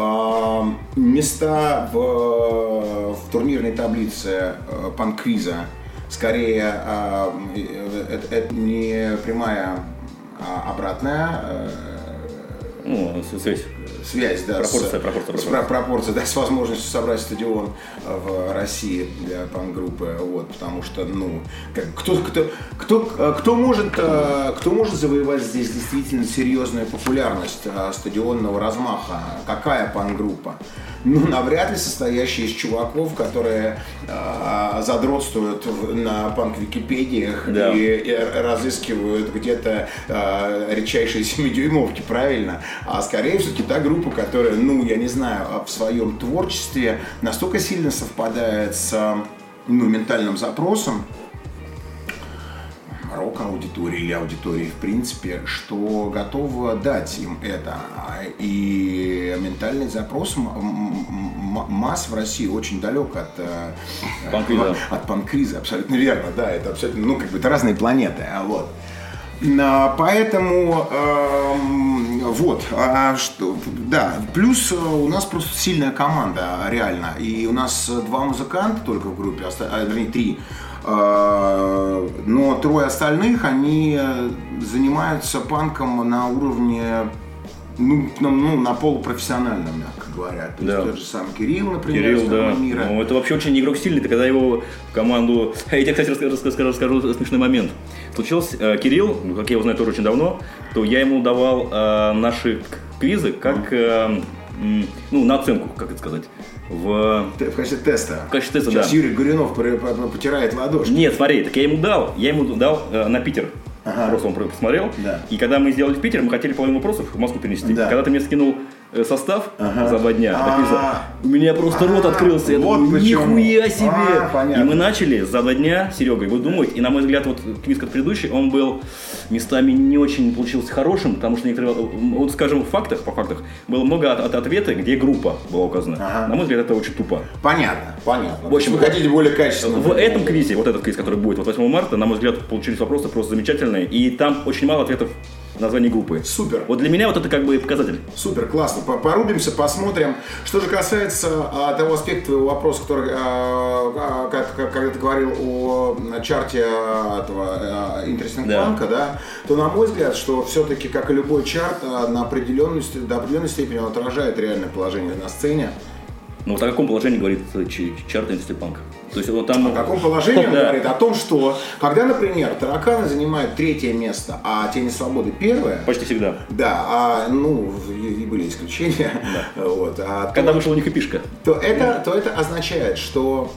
места в, в турнирной таблице панк-квиза скорее это, это не прямая, а обратная ну, связь. Связь, да, пропорция, с, пропорция, с, пропорция. пропорция, да, с возможностью собрать стадион в России для панк-группы, вот, потому что, ну, как, кто, кто, кто, кто, может, кто может завоевать здесь действительно серьезную популярность стадионного размаха? Какая панк-группа? Ну, навряд ли состоящая из чуваков, которые э, задротствуют в, на панк-википедиях, да. и, и разыскивают где-то э, редчайшие семидюймовки, правильно? А скорее все-таки та группа, которая, ну, я не знаю, в своем творчестве настолько сильно совпадает с, ну, ментальным запросом рок-аудитории или аудитории в принципе, что готова дать им это. И ментальный запрос масс в России очень далек от э, панк-криза. От панк-криза, абсолютно верно, да, это абсолютно, ну, как бы, это разные планеты, вот. Поэтому э, вот, а что, да, плюс у нас просто сильная команда, реально, и у нас два музыканта только в группе, а, вернее, три, э, но трое остальных, они занимаются панком на уровне, ну, ну, на полупрофессиональном, мягко говоря. То да. есть тот же самый Кирилл, например, Кирилл, из да. мира. Ну, это вообще очень игрок сильный, ты когда его в команду... Я тебе, кстати, расскажу, расскажу, расскажу смешной момент. Случился э, Кирилл, как я его знаю тоже очень давно, то я ему давал э, наши квизы как, э, э, ну, на оценку, как это сказать, в... В качестве теста. В качестве теста, Сейчас да. Юрий Горюнов потирает ладошки. Нет, смотри, так я ему дал, я ему дал э, на Питер. Ага. Просто он посмотрел. Да. И когда мы сделали в Питере, мы хотели половину вопросов в Москву перенести. Да. Когда ты мне скинул состав ага. за два дня, так, у меня просто рот открылся. Я вот думаю, нихуя себе! А, и мы начали за два дня с Серегой выдумывать. И на мой взгляд, вот квиз как предыдущий, он был местами не очень получился хорошим, потому что некоторые, вот скажем, в фактах, по фактах, было много от, от ответа, где группа была указана. Ага. На мой взгляд, это очень тупо. Понятно, понятно. В общем, вы хотите более качественно. В этом квизе, вот этот квиз, который будет вот восьмого марта, на мой взгляд, получились вопросы просто замечательные. И там очень мало ответов в названии группы. Супер. Вот для меня вот это как бы показатель. Супер, классно. Порубимся, посмотрим. Что же касается а, того аспекта твоего вопроса, который, а, как, как, когда ты говорил о чарте этого Interesting Punk, да. да, то на мой взгляд, что все-таки, как и любой чарт, на определенной, до определенной степени он отражает реальное положение на сцене. Ну вот о каком положении говорит чарт Interesting Punk? То есть, вот там... О каком положении он говорит? О том, что когда, например, Тараканы занимают третье место, а Тени Свободы первое. Почти всегда. Да, а, ну, и были исключения. Да. Вот, а когда то, вышла у них эпишка. То это, то это означает, что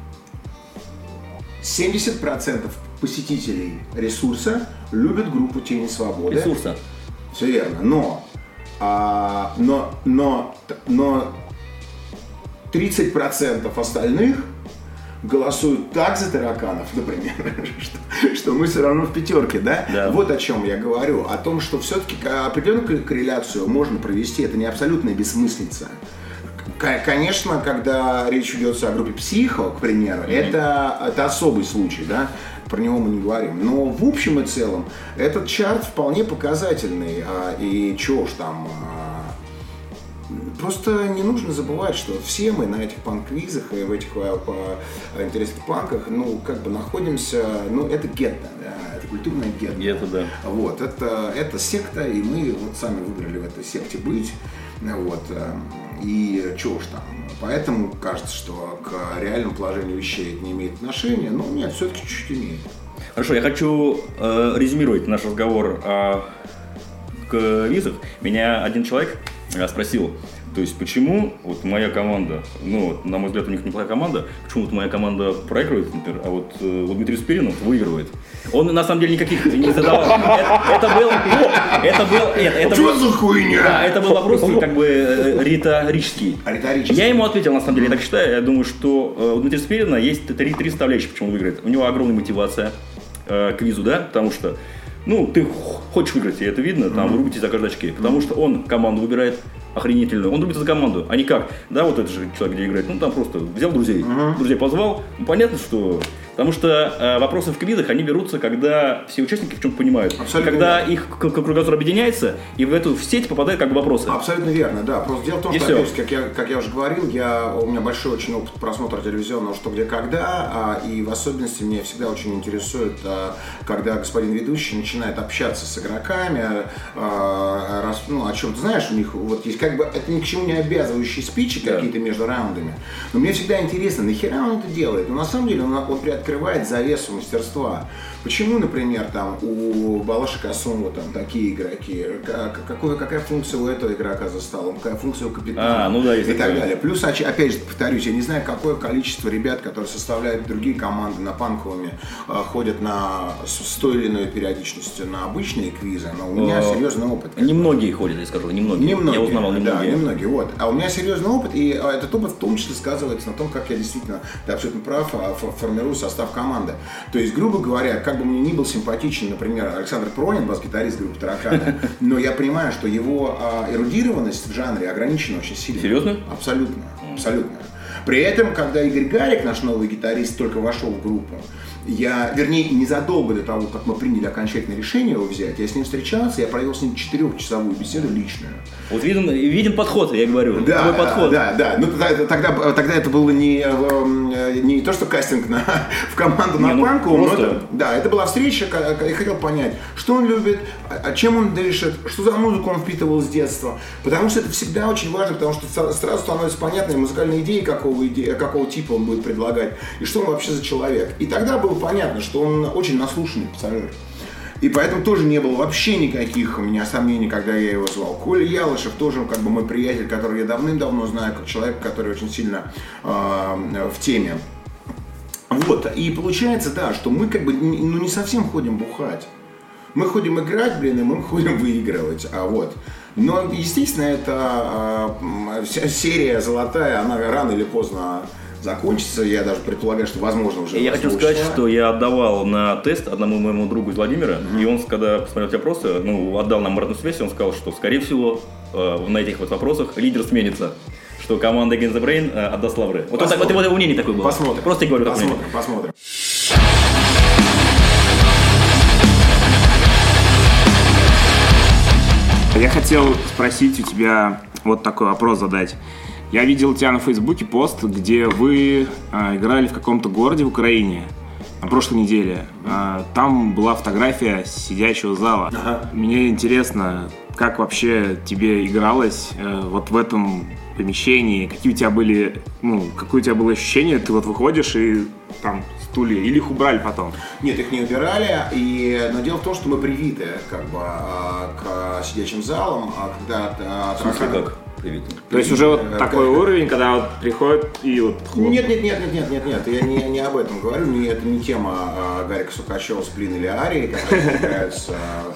семьдесят процентов посетителей ресурса любят группу Тени Свободы. Ресурса. Все верно. Но, а, но, но, но тридцать процентов остальных голосуют так за Тараканов, например, что, что мы все равно в пятерке, да? Да. Вот о чем я говорю. О том, что все-таки определенную корреляцию можно провести, это не абсолютная бессмыслица. Конечно, когда речь идет о группе Психо, к примеру, mm-hmm. это, это особый случай, да? Про него мы не говорим. Но в общем и целом этот чарт вполне показательный. А, и чего ж там... Просто не нужно забывать, что все мы на этих панк-квизах и в этих интересных панках, ну, как бы находимся, ну, это гетто, да, это культурное гетто. Гетто, да. Вот, это, это секта, и мы вот сами выбрали в этой секте быть, вот, и чего ж там. Поэтому кажется, что к реальному положению вещей это не имеет отношения, но нет, все-таки чуть-чуть имеет. Хорошо, я хочу э, резюмировать наш разговор о квизах. Меня один человек спросил, то есть почему вот моя команда, ну, на мой взгляд, у них неплохая команда, почему вот моя команда проигрывает, например, а вот, э, вот Дмитрий Спиринов выигрывает. Он на самом деле никаких не задавал. Это, это был, это был, нет, это Что был, за хуйня? Да, это был вопрос как бы риторический. Риторический. Я ему ответил, на самом деле, я так считаю, я думаю, что у Дмитрия Спирина есть три, три составляющих, почему он выиграет. У него огромная мотивация э, к квизу, да, потому что ну, ты хочешь выиграть, и это видно, там, mm-hmm. рубитесь за каждые очки, потому что он команду выбирает охренительную, он рубится за команду, а не как, да, вот этот же человек, где играет, ну, там просто взял друзей, mm-hmm. друзей позвал, ну, понятно, что, потому что э, вопросы в квизах, они берутся, когда все участники в чем-то понимают, абсолютно когда верно. Их кругозор объединяется, и в эту в сеть попадают как бы вопросы. Абсолютно верно, да, просто дело в том, и что, опять, как я, как я уже говорил, я, у меня большой очень опыт просмотра телевизионного «Что, где, когда», а, и в особенности меня всегда очень интересует, а, когда господин ведущий начинает общаться с игроками, а, раз, ну, о чем ты знаешь, у них вот есть как бы, это ни к чему не обязывающие спичи да. какие-то между раундами, но мне всегда интересно, нахера он это делает, но на самом деле он, он приоткрывает завесу мастерства. Почему, например, там у Балаша Касумова там такие игроки, какой, какая функция у этого игрока за столом, какая функция у капитана а, ну да, и так такое. Далее. Плюс, опять же, повторюсь, я не знаю, какое количество ребят, которые составляют другие команды на панковыми, ходят на, с той или иной периодичностью на обычные квизы, но у меня О, серьезный опыт. Немногие ходят, я скажу, немногие. Немногие, я узнавал немногие. Да, немногие, вот. А у меня серьезный опыт, и этот опыт в том числе сказывается на том, как я действительно, ты абсолютно прав, формирую состав состав команды. То есть, грубо говоря, как бы мне ни был симпатичен, например, Александр Пронин, бас-гитарист группы «Тараканы», но я понимаю, что его эрудированность в жанре ограничена очень сильно. Серьезно? Абсолютно, абсолютно. При этом, когда Игорь Гарик, наш новый гитарист, только вошел в группу, я, вернее, незадолго до того, как мы приняли окончательное решение его взять, я с ним встречался, я провел с ним четырехчасовую беседу личную. Вот виден, виден подход, я говорю. Да, твой подход. Да, да. Ну, тогда, тогда, тогда это было не, не то, что кастинг на, в команду на не, панку, ну, но это, да, это была встреча, я хотел понять, что он любит, чем он дышит, что за музыку он впитывал с детства. Потому что это всегда очень важно, потому что сразу становится понятной музыкальная идея, какого, идея, какого типа он будет предлагать, и что он вообще за человек. И тогда было понятно, что он очень наслушанный пассажир. И поэтому тоже не было вообще никаких у меня сомнений, когда я его звал. Коля Ялышев тоже как бы мой приятель, которого я давным-давно знаю, как человек, который очень сильно э, в теме. Вот, и получается, да, что мы как бы ну, не совсем ходим бухать. Мы ходим играть, блин, и мы ходим выигрывать. А вот. Но, естественно, эта э, серия золотая, она рано или поздно закончится. Я даже предполагаю, что возможно уже. Я хочу сказать, числа. что я отдавал на тест одному моему другу из Владимира, mm-hmm. и он, когда посмотрел эти вопросы, ну, отдал нам обратную связь, он сказал, что, скорее всего, э, на этих вот вопросах лидер сменится. Что команда Against the Brain э, отдаст лавры. Вот, вот, вот его мнение такое было. Посмотрим. Просто я говорю, как посмотрим, мнение. посмотрим. Я хотел спросить у тебя вот такой вопрос задать. Я видел у тебя на Фейсбуке пост, где вы а, играли в каком-то городе в Украине на прошлой неделе. А, там была фотография сидячего зала. Ага. Мне интересно, как вообще тебе игралось а, вот в этом помещении, какие у тебя были, ну, какое у тебя было ощущение, ты вот выходишь и там стулья, или их убрали потом? Нет, их не убирали, и, но дело в том, что мы привиты как бы к сидячим залам, а когда... В смысле как? Привиты. То есть уже вот такой уровень, когда вот приходит и вот хлоп. Нет, нет, нет, нет, нет, нет, нет, я не, не об этом говорю, не, это не тема а, Гарика Сукачева, Сплин или Арии, которые играются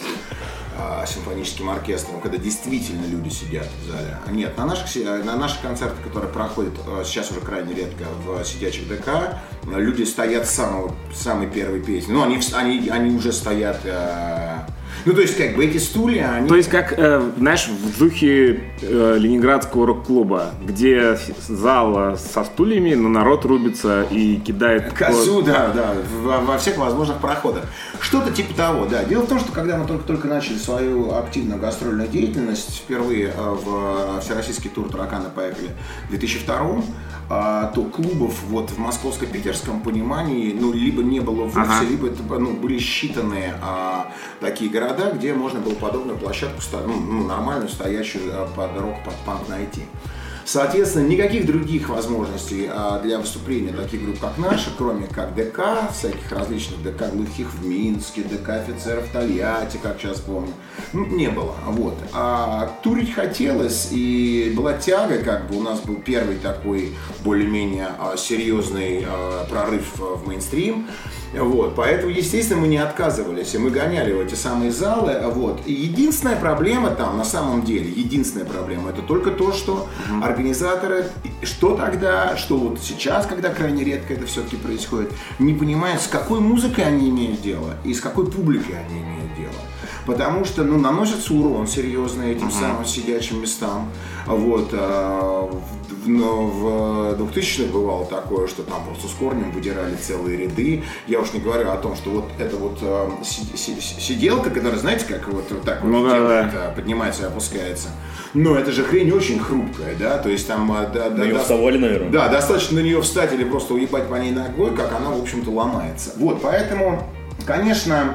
а, симфоническим оркестром, когда действительно люди сидят в зале. Нет, на наших, на наших концертах, которые проходят сейчас уже крайне редко в сидячих ДК, люди стоят с самого, самой первой песни. Ну, они, они, они уже стоят... Ну, то есть, как бы, эти стулья, они... То есть, как, э, знаешь, в духе э, ленинградского рок-клуба, где зал со стульями, но народ рубится и кидает... Козу, да, да, во, во всех возможных проходах. Что-то типа того, да. Дело в том, что когда мы только-только начали свою активную гастрольную деятельность, впервые в всероссийский тур «Тараканы поехали» в две тысячи втором, то клубов вот в московско-питерском понимании, ну, либо не было вовсе, ага. либо это, ну, были считанные а, такие города, где можно было подобную площадку, ну, нормальную, стоящую под рок, под панк найти. Соответственно, никаких других возможностей а, для выступления таких групп, как наша, кроме как ДК, всяких различных ДК глухих в Минске, ДК офицеров в Тольятти, как сейчас помню, ну, не было. Вот. А турить хотелось, и была тяга, как бы у нас был первый такой более-менее а, серьезный а, прорыв в мейнстрим. Вот, поэтому, естественно, мы не отказывались, и мы гоняли в эти самые залы. Вот. И единственная проблема там, на самом деле, единственная проблема, это только то, что mm-hmm. организаторы, что тогда, что вот сейчас, когда крайне редко это все-таки происходит, не понимают, с какой музыкой они имеют дело и с какой публикой они имеют дело. Потому что, ну, наносится урон серьезный этим uh-huh. самым сидячим местам. Вот, а, в, в двухтысячных бывало такое, что там просто с корнем выдирали целые ряды. Я уж не говорю о том, что вот эта вот а, сиделка, которая, знаете, как вот, вот так ну, вот да, делает, да. поднимается и опускается. Но это же хрень очень хрупкая, да, то есть там... Да, на да, нее да, вставали, наверное. Да, достаточно на нее встать или просто уебать по ней ногой, как она, в общем-то, ломается. Вот, поэтому, конечно...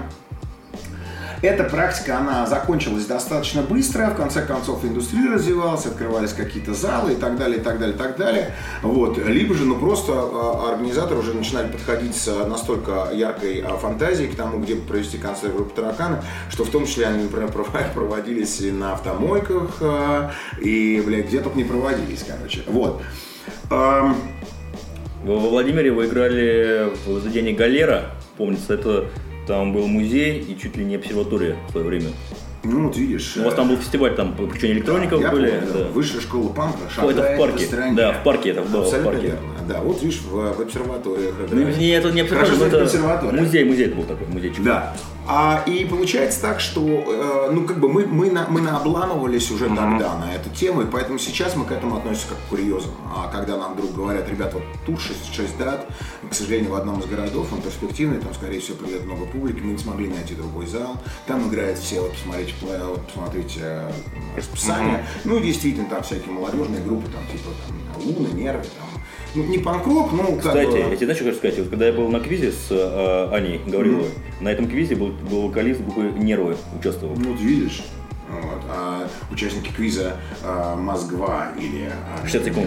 Эта практика, она закончилась достаточно быстро, в конце концов индустрия развивалась, открывались какие-то залы и так далее, и так далее, и так далее. Вот. Либо же, ну просто организаторы уже начинали подходить с настолько яркой фантазией к тому, где провести концерт группы «Тараканы», что в том числе они, например, проводились и на автомойках, и, блядь, где только не проводились, короче. Вот. Во Владимире вы играли в заведении «Галера», помнится, это... Там был музей и чуть ли не обсерватория в свое время. Ну, вот видишь. У вас там был фестиваль, там приключения электроников да, были. Я помню, да. да. Высшая школа панка. О, это в парке. Да, в парке это было. Абсолютно в парке. верно. Да, вот видишь, в, в обсерваториях. Ну, нет, это не обсерватория, это обсерватория. музей, музей это был такой, музейчик. Да. А, и получается так, что э, ну, как бы мы, мы, на, мы наобламывались уже mm-hmm. тогда на эту тему, и поэтому сейчас мы к этому относимся как к курьезам. А когда нам вдруг говорят, ребята, вот тут шесть, шесть дат, к сожалению, в одном из городов, он перспективный, там, скорее всего, придет много публики, мы не смогли найти другой зал, там играет все, вот посмотрите, вот, посмотрите э, расписание, mm-hmm. ну, действительно, там всякие молодежные группы, там, типа, там, Луна, Нервы, там, ну, не панк-рок, ну, как Кстати, бы... я тебе хочу сказать, вот, когда я был на квизе с э, Аней Гавриловой, mm-hmm. на этом квизе был, был вокалист группы Нервы, участвовал. Ну, ты видишь, вот, а участники квиза а, Москва или шестьдесят секунд.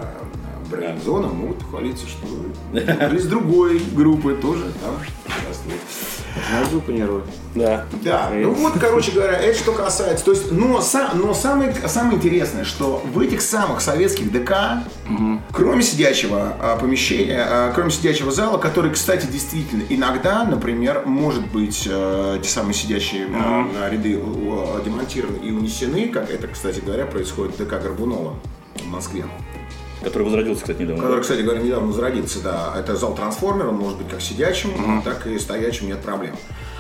Брейнзона могут похвалиться, что из другой группы тоже там участвуют. Группа Нервы. Да. Да, ну вот, короче говоря, это что касается. То есть, но, но самое, самое интересное, что в этих самых советских ДК, угу. кроме сидячего а, помещения, а, кроме сидячего зала, который, кстати, действительно иногда, например, может быть, а, те самые сидящие угу. а, ряды а, демонтированы и унесены, как это, кстати говоря, происходит в ДК Горбунова в Москве. Который возродился, кстати, недавно. Который, кстати говоря, недавно возродился, да. Это зал трансформер, он может быть как сидячим, uh-huh. так и стоячим, нет проблем.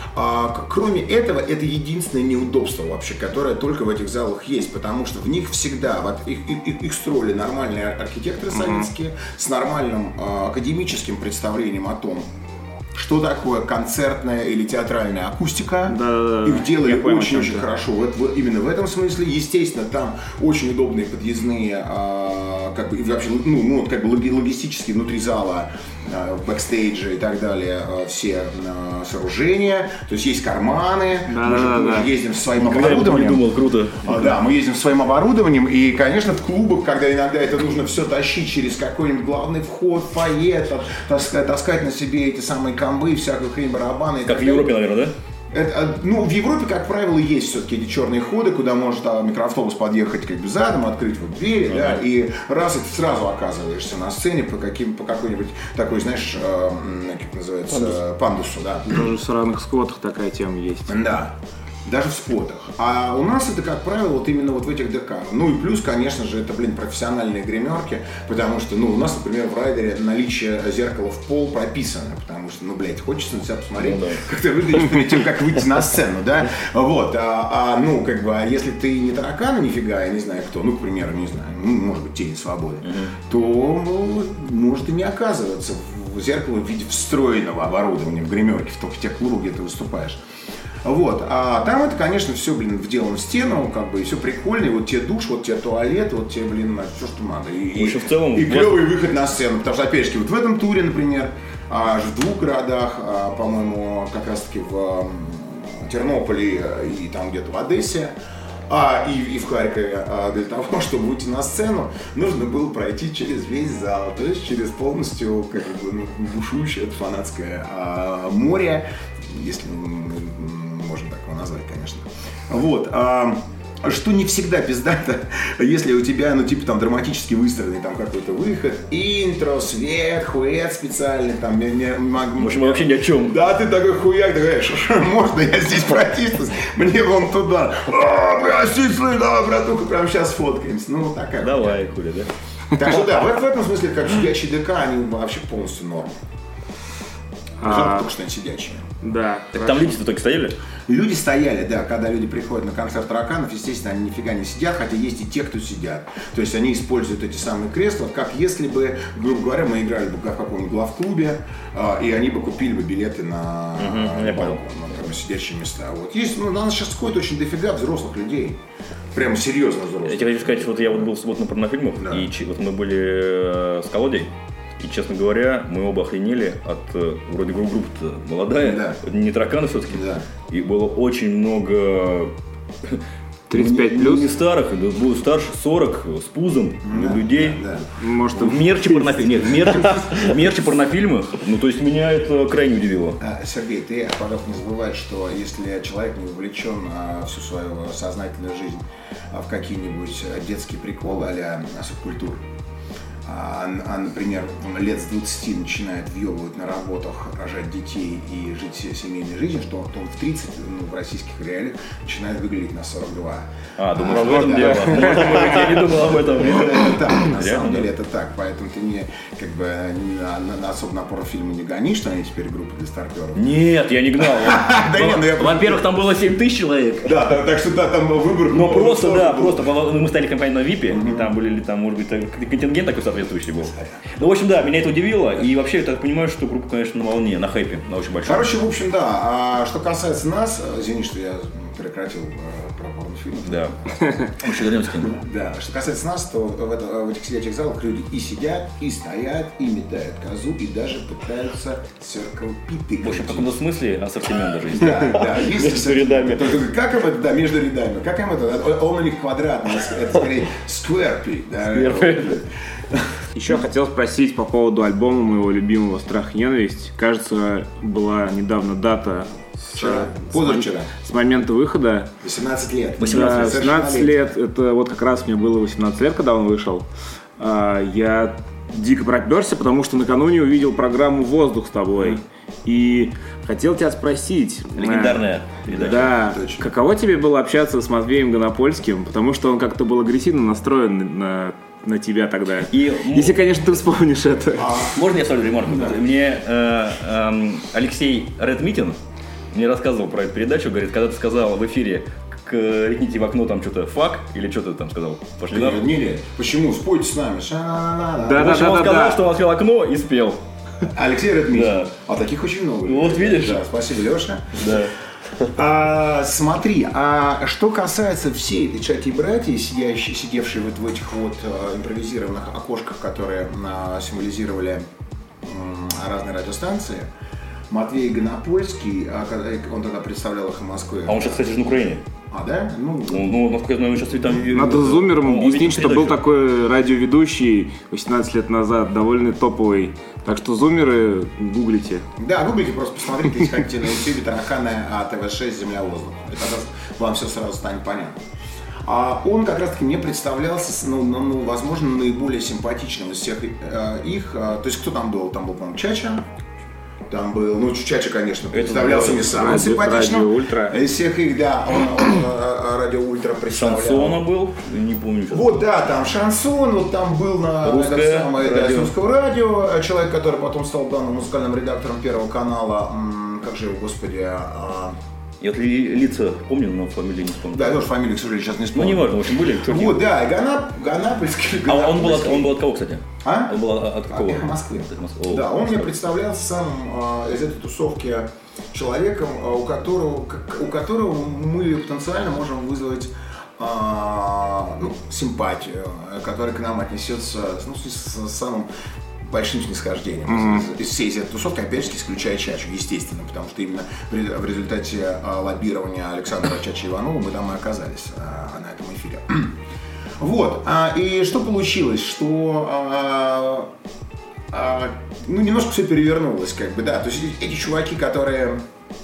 А, кроме этого, это единственное неудобство вообще, которое только в этих залах есть, потому что в них всегда, вот, их, их, их строили нормальные архитекторы советские, uh-huh. с нормальным а, академическим представлением о том, что такое концертная или театральная акустика. Да, да, их делали очень-очень да. хорошо. Вот, вот, именно в этом смысле. Естественно, там очень удобные подъездные, а, как бы, и вообще, ну, ну, как бы логистически внутри зала, а, бэкстейджи и так далее, а, все а, сооружения. То есть есть карманы. Да, мы же да, тоже да. ездим со своим Никогда оборудованием. Я не думал, круто. А, да, мы ездим со своим оборудованием. И, конечно, в клубах, когда иногда это нужно все тащить через какой-нибудь главный вход, фойе, таскать, таскать на себе эти самые комбы, всякую хрень, барабаны. Как в Европе, наверное, да? Это, ну, в Европе, как правило, есть все-таки эти черные ходы, куда может а, микроавтобус подъехать как бы задом, открыть вот двери, uh-huh. да, и раз и ты сразу оказываешься на сцене по, каким, по какой-нибудь такой, знаешь, э, как называется, Пандус. пандусу, да. Даже в сраных сквотах такая тема есть. Да. Даже в спотах. А у нас это, как правило, вот именно вот в этих ДК. Ну и плюс, конечно же, это, блин, профессиональные гримерки, потому что, ну, у нас, например, в райдере наличие зеркала в пол прописано, потому что, ну, блядь, хочется на себя посмотреть, ну, да. как ты выглядишь перед тем, как выйти на сцену, да? Вот, а, а, ну, как бы, а если ты не таракана нифига, я не знаю кто, ну, к примеру, не знаю, ну, может быть, тень свободы, uh-huh. то ну, может и не оказываться в зеркало в виде встроенного оборудования в гримерке, в, в тех клубах, где ты выступаешь. Вот, а там это, конечно, все, блин, вделано в стену, как бы, и все прикольно, и вот тебе душ, вот тебе туалет, вот тебе, блин, все, что надо. И, в общем, в целом, и клевый выход на сцену, потому что, опять же, вот в этом туре, например, аж в двух городах, а, по-моему, как раз-таки в Тернополе и там где-то в Одессе, а, и, и в Харькове, а, для того, чтобы выйти на сцену, нужно было пройти через весь зал, то есть через полностью, как бы, ну, бушующее фанатское а, море, если можно так его назвать, конечно. Вот. А, что не всегда пиздато, если у тебя, ну, типа, там, драматически выстроенный там какой-то выход, интро, свет, хует специальный, там, не, не, в общем, вообще ни о чем. Да, ты такой хуяк, ты говоришь, можно я здесь протиснусь? Мне вон туда. О, прости, давай, братуха, прямо сейчас фоткаемся. Ну, такая. Давай, хули, да? Так что, да, в, в этом смысле, как сидячие ДК, они вообще полностью норм. А, только что они сидячие. Да. Так там люди-то только стояли? Люди стояли, да, когда люди приходят на концерт тараканов, естественно, они нифига не сидят, хотя есть и те, кто сидят. То есть они используют эти самые кресла, как если бы, грубо говоря, мы играли бы в каком-нибудь главклубе, э, и они бы купили бы билеты на, угу, на, на, на сидящие места. Вот. Есть, ну, у нас сейчас ходит очень дофига взрослых людей. Прям серьезно взрослых. Я тебе хочу сказать, что вот я вот был в субботу на порнофильмах, да. и вот мы были с Колодей. И, честно говоря, мы оба охренели от, вроде группа-то молодая, да. не тараканы все-таки. Да. И было очень много тридцать пять не, плюс? Не старых, было старше сорок, с пузом, да, людей. Да, да. Может, в мерче порнофильмах. Нет, в мерче, в мерче порнофильмах. Ну, то есть меня это крайне удивило. Сергей, ты, пожалуйста, не забывай, что если человек не вовлечен всю свою сознательную жизнь в какие-нибудь детские приколы а-ля субкультур, а, а, например, лет с двадцати начинает въебывать на работах, рожать детей и жить семейной жизнью, что он в тридцать, ну, в российских реалиях начинает выглядеть на сорок два. А, думаю, в этом дело. Я не думал об этом. Это так, на самом деле это так, поэтому ты не, как бы, на особо напор фильма не гонишь, что они теперь группа для старперов. Нет, я не гнал. Во-первых, там было семь тысяч человек. Да, так что да, там выбор. Ну просто, да, просто мы стали компанией на випе, и там были, там, может быть, контингент такой соответствующий был. Ну, в общем, да, меня это удивило, и вообще, я так понимаю, что группа, конечно, на волне, на хайпе, на очень большом. Короче, в общем, да, а что касается нас, извини, что я прекратил про порнофильм. Да. Еще вернемся к нему. Да, что касается нас, то в, это, в этих сидячих залах люди и сидят, и стоят, и метают козу, и даже пытаются Circle Pit. В общем, в каком-то смысле ассортимент даже есть. Да, да, есть. Между рядами. Как им это, да, между рядами, как им это, он у них квадратный, это скорее Square Pit. Да. Еще хотел спросить по поводу альбома моего любимого «Страх и ненависть». Кажется, была недавно дата Вчера, позавчера. С момента выхода. восемнадцать лет. Да, восемнадцать лет. Это вот как раз мне было восемнадцать лет, когда он вышел. Я дико проперся, потому что накануне увидел программу «Воздух с тобой». И хотел тебя спросить. Легендарная передача. Да. Точно. Каково тебе было общаться с Матвеем Гонопольским? Потому что он как-то был агрессивно настроен на... на тебя тогда. И, если, конечно, ты вспомнишь это. А, можно я ставлю ремарку? Да. Мне э, э, Алексей Редмитин мне рассказывал про эту передачу, говорит, когда ты сказал в эфире крикните в окно там что-то фак, или что ты там сказал? Пошли на... Не, почему? Спойте с нами. Да, да, да, он да, сказал, да. что он открыл окно и спел. Алексей Редмитин. Да. А таких очень много. Вот видишь? Да, спасибо, Леша. Да. А, смотри, а что касается всей этой чати братьев, сидящей, сидевшей вот в этих вот а, импровизированных окошках, которые а, символизировали а, разные радиостанции, Матвей Гонопольский, а, он тогда представлял их в Москве. А он сейчас, кстати, же на Украине. А, да? Ну, ну, насколько я знаю, он сейчас там... Надо зумерам объяснить, что был такой радиоведущий восемнадцать лет назад, довольно топовый. Так что зумеры гуглите. Да, гуглите, просто посмотрите, если хотите на ютубе тараканы ТВ шесть «Земля воздух». И тогда вам все сразу станет понятно. А он как раз таки мне представлялся, ну, ну, возможно, наиболее симпатичным из всех э, их. То есть кто там был? Там был, по-моему, Чача. Там был, ну, Чача, конечно, представлялся мне самым симпатичным. Из всех их, да, он, он Радио Ультра представлял. Шансона был, не помню. Вот, да, там Шансон, вот там был на Русское самое, радио. Да, Русского радио, человек, который потом стал главным музыкальным редактором Первого канала, как же его, господи... А... Я вот ли, лица помню, но фамилии не вспомню. Да, я тоже фамилию, к сожалению, сейчас не Ну, вспомню. не важно, в общем, были. Вот, да, Ганап, Ганапольский. А он был, от, он был от кого, кстати? А? Он был от, от какого? От Москвы. От Москвы. О, да, он Москвы. мне представлялся самым э, из этой тусовки человеком, э, у, которого, как, у которого мы потенциально можем вызвать э, ну, симпатию, который к нам отнесется ну, с, с самым большим снисхождением mm-hmm. из всей этой тусовки, опять же, исключая Чачу, естественно, потому что именно в результате а, лоббирования Александра Чача Иванова мы там и оказались а, на этом эфире. Вот, а, и что получилось, что а, а, ну, немножко все перевернулось, как бы, да, то есть эти чуваки, которые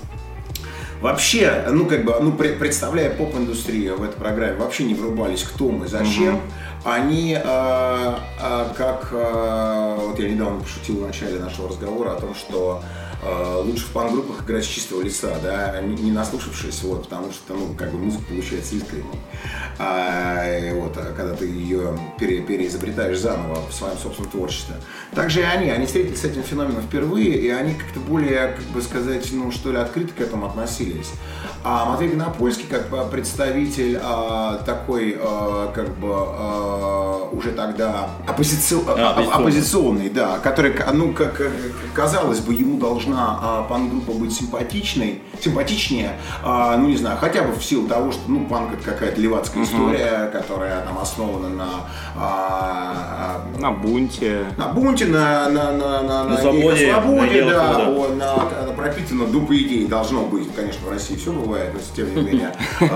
вообще, ну, как бы, ну, представляя поп-индустрию в этой программе, вообще не врубались, кто мы, зачем. Mm-hmm. Они, э, э, как, э, вот я недавно пошутил в начале нашего разговора о том, что э, лучше в панк-группах играть с чистого лица, да, не, не наслушавшись, вот, потому что, ну, как бы музыка получается искренней. А, вот, когда ты ее пере, переизобретаешь заново в своем собственном творчестве. Также и они, они встретились с этим феноменом впервые, и они как-то более, как бы сказать, ну, что ли, открыто к этому относились. А Матвей Гонопольский, как представитель а, такой, а, как бы, а, уже тогда оппозици... а, оппозиционный, да, который, ну, как казалось бы, ему должна а, панк-группа быть симпатичной, симпатичнее, а, ну, не знаю, хотя бы в силу того, что, ну, панк — это какая-то левацкая uh-huh. история, которая там основана на... А, на бунте. На бунте, на, на, на, на, на свободе, на свободе, на да, да. О, на, на пропитано, ну, по идее, должно быть, конечно, в России все бывает, но тем не менее,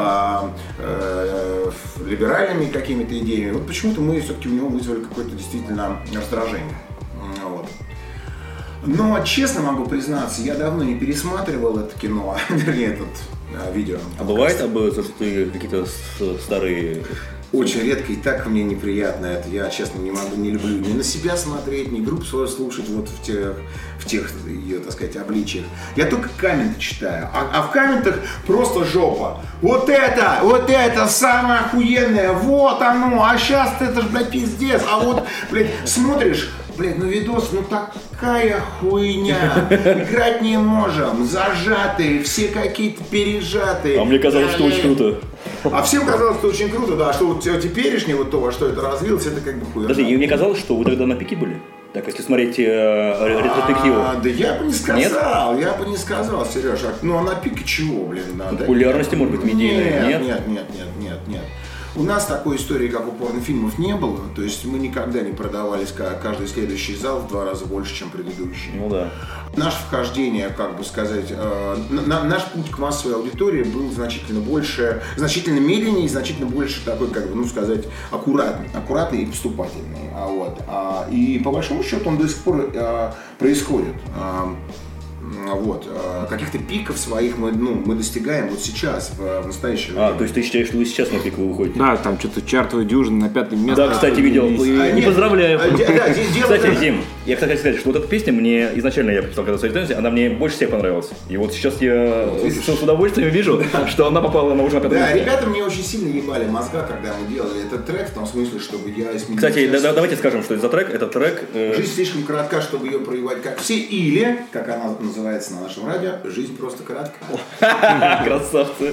либеральными какими-то идеями. Вот почему-то мы все-таки у него вызвали какое-то действительно раздражение. Вот. Но, честно могу признаться, я давно не пересматривал это кино, вернее, этот видео. А бывает, об ты какие-то старые Очень редко, и так мне неприятно это. Я, честно, не могу, не люблю ни на себя смотреть, ни группу свою слушать вот в тех, в тех ее, так сказать, обличиях. Я только комменты читаю, а, а в комментах просто жопа. Вот это, вот это самое охуенное, вот оно, а сейчас это ж, блядь, пиздец. А вот, блядь, смотришь, блядь, ну видос, ну такая хуйня. Играть не можем, зажатые, все какие-то пережатые. А мне казалось, что очень круто. А всем казалось, что очень круто, да, что вот теперешнее, вот то, во что это развилось, это как бы хуйня. Даже и мне казалось, что вы тогда на пике были. Так, если смотреть э, ретроспективу. А, да я бы не сказал, нет? я бы не сказал, Сережа. Ну а на пике чего, блин, надо? Популярности, может быть, медийной? Нет, нет, нет, нет, нет, нет, нет. У нас такой истории, как у порнофильмов, не было. То есть мы никогда не продавались каждый следующий зал в два раза больше, чем предыдущий. Ну да. Наше вхождение, как бы сказать, э, на, наш путь к массовой аудитории был значительно больше, значительно медленнее и значительно больше такой, как бы, ну сказать, аккуратный, аккуратный и поступательный. А вот, а, и по большому счету он до сих пор а, происходит. А, Вот. Каких-то пиков своих мы, ну, мы достигаем вот сейчас, в, в настоящее время. А, то есть ты считаешь, что вы сейчас на пик вы выходите? Да, там что-то чартовая дюжина на пятом месте. Да, кстати, видел. А, И нет, поздравляю. а, да, дело Кстати, так- Дим, я, кстати, хотел сказать, что вот эта песня мне изначально, я прочитал, когда в она мне больше всех понравилась. И вот сейчас я видишь. с удовольствием вижу, что она попала на уже на пятое Да, место. ребята мне очень сильно ебали мозга, когда мы делали этот трек, в том смысле, чтобы я изменил. Кстати, да- да- давайте скажем, что это за трек. Это трек... э, Жизнь слишком коротка, чтобы ее проебать как все, или, как она называется на нашем радио, жизнь просто коротка. Красавцы.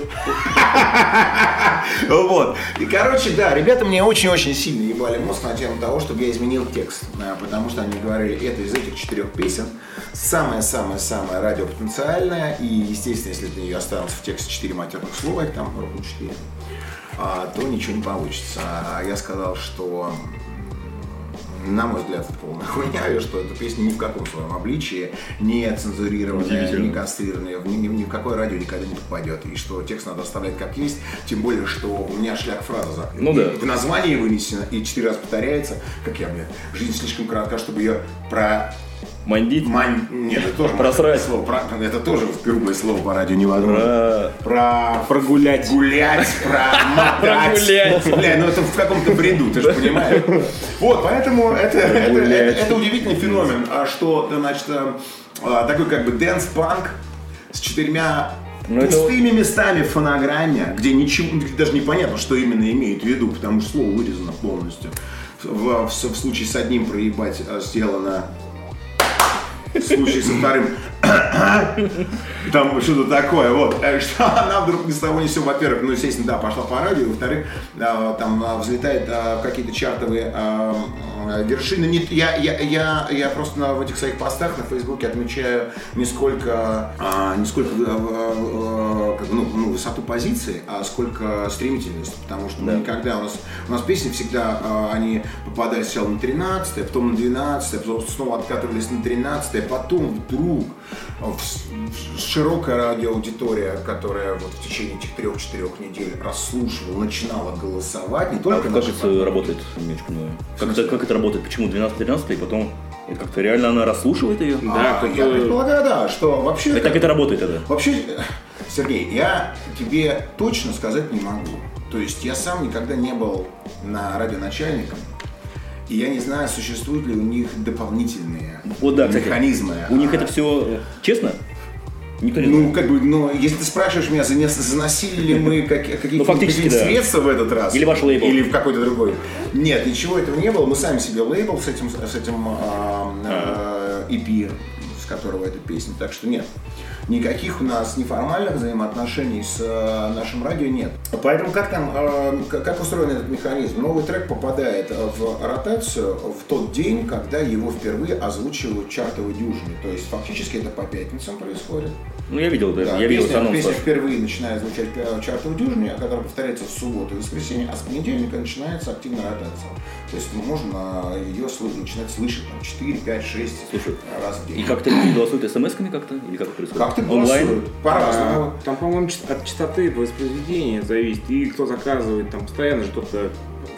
Вот. И, короче, да, ребята мне очень-очень сильно ебали мозг на тему того, чтобы я изменил текст. А, Потому что они говорили, это из этих четырех песен самое-самое-самое радиопотенциальное. И, естественно, если ты ее останется в тексте четыре матерных слова, их там ровно четыре, а, то ничего не получится. А я сказал, что... На мой взгляд, это полная хуйня, и что эта песня ни в каком своем обличии не цензурированная, Удивительно. не кастрированная, ни, ни, ни в какое радио никогда не попадет. И что текст надо оставлять как есть, тем более, что у меня шляг-фраза Ну и да. в названии вынесена и четыре раза повторяется, как я, блядь, жизнь слишком коротка, чтобы ее про... Мандит. Мань... Нет, это тоже Просрать. слово. Про... Это тоже грубое слово по радио невозможно. Про... Про... Прогулять. Гулять, промотать. Прогулять. Бля, ну это в каком-то бреду, ты же понимаешь. Вот, поэтому это, это, это, это удивительный феномен, а что, значит, а, такой как бы дэнс-панк с четырьмя Ну, это- пустыми местами в фонограмме, где ничего, где даже непонятно, что именно имеет в виду, потому что слово вырезано полностью. В, в- в случае с одним проебать а, сделано, в случае со вторым там что-то такое, вот, что она вдруг ни с того ни с сего, во-первых, ну, естественно, да, пошла по радио, во-вторых, а, там а, взлетает а, в какие-то чартовые а, а, вершины. Не- я, я, я, я просто на, в этих своих постах на Фейсбуке отмечаю не сколько, а, не сколько а, а, как бы, ну, ну, высоту позиции, а сколько стремительность, потому что мы Да. никогда, у нас, у нас песни всегда, а, они попадали сначала на тринадцатое, потом на двенадцатое, потом снова откатывались на тринадцатое, потом вдруг в с- в широкая радиоаудитория, которая вот в течение этих трех-четырех недель расслушивала, начинала голосовать, не А только как наши это работает? Не очень понимаю. Как это, как это работает? Почему двенадцать-тринадцать и потом это как-то реально она расслушивает ее? А, Да, я как-то- предполагаю, да, что вообще... И так это работает это? Вообще, Сергей, я тебе точно сказать не могу. То есть я сам никогда не был на радионачальником, и я не знаю, существуют ли у них дополнительные Вот да, кстати. механизмы. У них А, это все честно? Никто не Ну, знает. как бы, ну, если ты спрашиваешь меня, занес- заносили ли мы как- какие-то Ну, фактически, какие-то да. средства в этот раз? Или ваш лейбл. Или в какой-то другой. Нет, ничего этого не было. Мы сами себе лейбл с этим, с этим а, а, и пи, с которого эта песня. Так что нет. Никаких у нас неформальных взаимоотношений с э, нашим радио нет. Поэтому как там, э, к- как устроен этот механизм? Новый трек попадает в ротацию в тот день, когда его впервые озвучивают в чартовой дюжине. То есть фактически это по пятницам происходит. Ну, я видел, да, Да, я видел песня, анонс. песня ваш. впервые начинает звучать в чартовой дюжине, которая повторяется в субботу и воскресенье, а с понедельника начинается активная ротация. То есть можно ее слышать, начинать слышать там, четыре, пять, шесть Слушай, раз в день. И как-то люди голосуют смс-ками как-то? Или как это происходит? Как ты Онлайн? голосуют? По-разному. А, Там, по-моему, чис- от частоты воспроизведения зависит. И кто заказывает, там постоянно же кто-то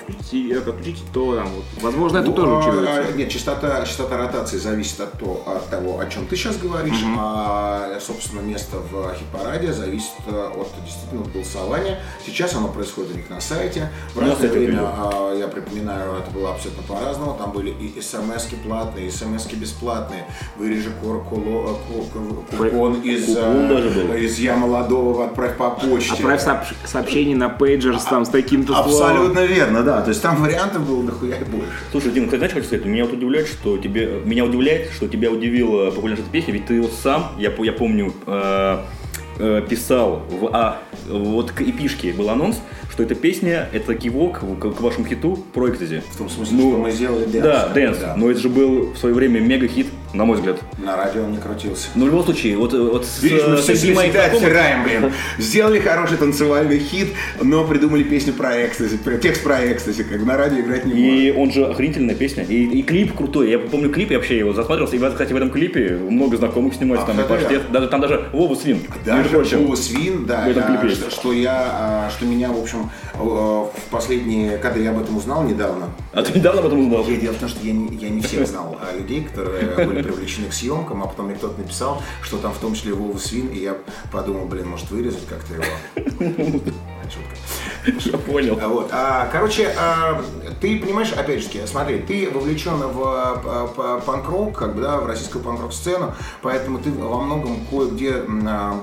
отключить, отключить то, там, вот. Возможно, это Ну, тоже а, учитывается. Нет, частота, частота ротации зависит от, то, от того, о чем ты сейчас говоришь, Mm-hmm. а, собственно, место в хит-параде зависит от действительно голосования. Сейчас оно происходит у них на сайте. В Ну, разное кстати, время, это а, я припоминаю, это было абсолютно по-разному. Там были и смс-ки платные, и смс-ки бесплатные. Вырежи кор- куло- ку- купон из, Купон даже был. из «Я молодого» отправь по почте. Отправь сообщ- сообщение на пейджерс там с таким-то словом. Абсолютно верно, да. То есть там вариантов было дохуя и больше. Слушай, Дим, кстати, знаешь, что хочу сказать? Меня вот удивляет, что тебе, меня удивляет, что тебя удивила популярность этой песни, ведь ты вот сам, я, по- я помню, э, э, писал в а, вот к эпишке был анонс, что эта песня это кивок к, к вашему хиту про экстази. В том смысле, Ну, что мы сделали дэнс. Да, дэнс. Да. Но это же был в свое время мега-хит, на мой взгляд. На радио он не крутился. Но в любом случае, вот, вот с, Видишь, мы все среди моих всегда знакомых- оттираем, блин. Сделали хороший танцевальный хит, но придумали песню про экстази, про- текст про экстази, как бы на радио играть не может. И он же охренительная песня. И, и клип крутой. Я помню клип, я вообще его засматривался. И, кстати, в этом клипе много знакомых снимается. Там и Абсолютно. Паштет, даже, там даже Вова Свин. между Даже прочим. Вова Свин, да, в этом я- клипе что, есть. что я, а, что меня, в общем, э, в последние, когда я об этом узнал недавно, А ты недавно об этом узнал? я, дело в том, что я не, я не всех знал а, людей, которые были привлечены к съемкам, а потом мне кто-то написал, что там в том числе Вова Свин, и я подумал, блин, может вырезать как-то его. Шутка. Я понял. А Вот. А, короче, а, ты понимаешь, опять же, смотри, ты вовлечен в а, п- панк-рок, как бы, да, в российскую панк-рок сцену, поэтому ты во многом кое-где м, а,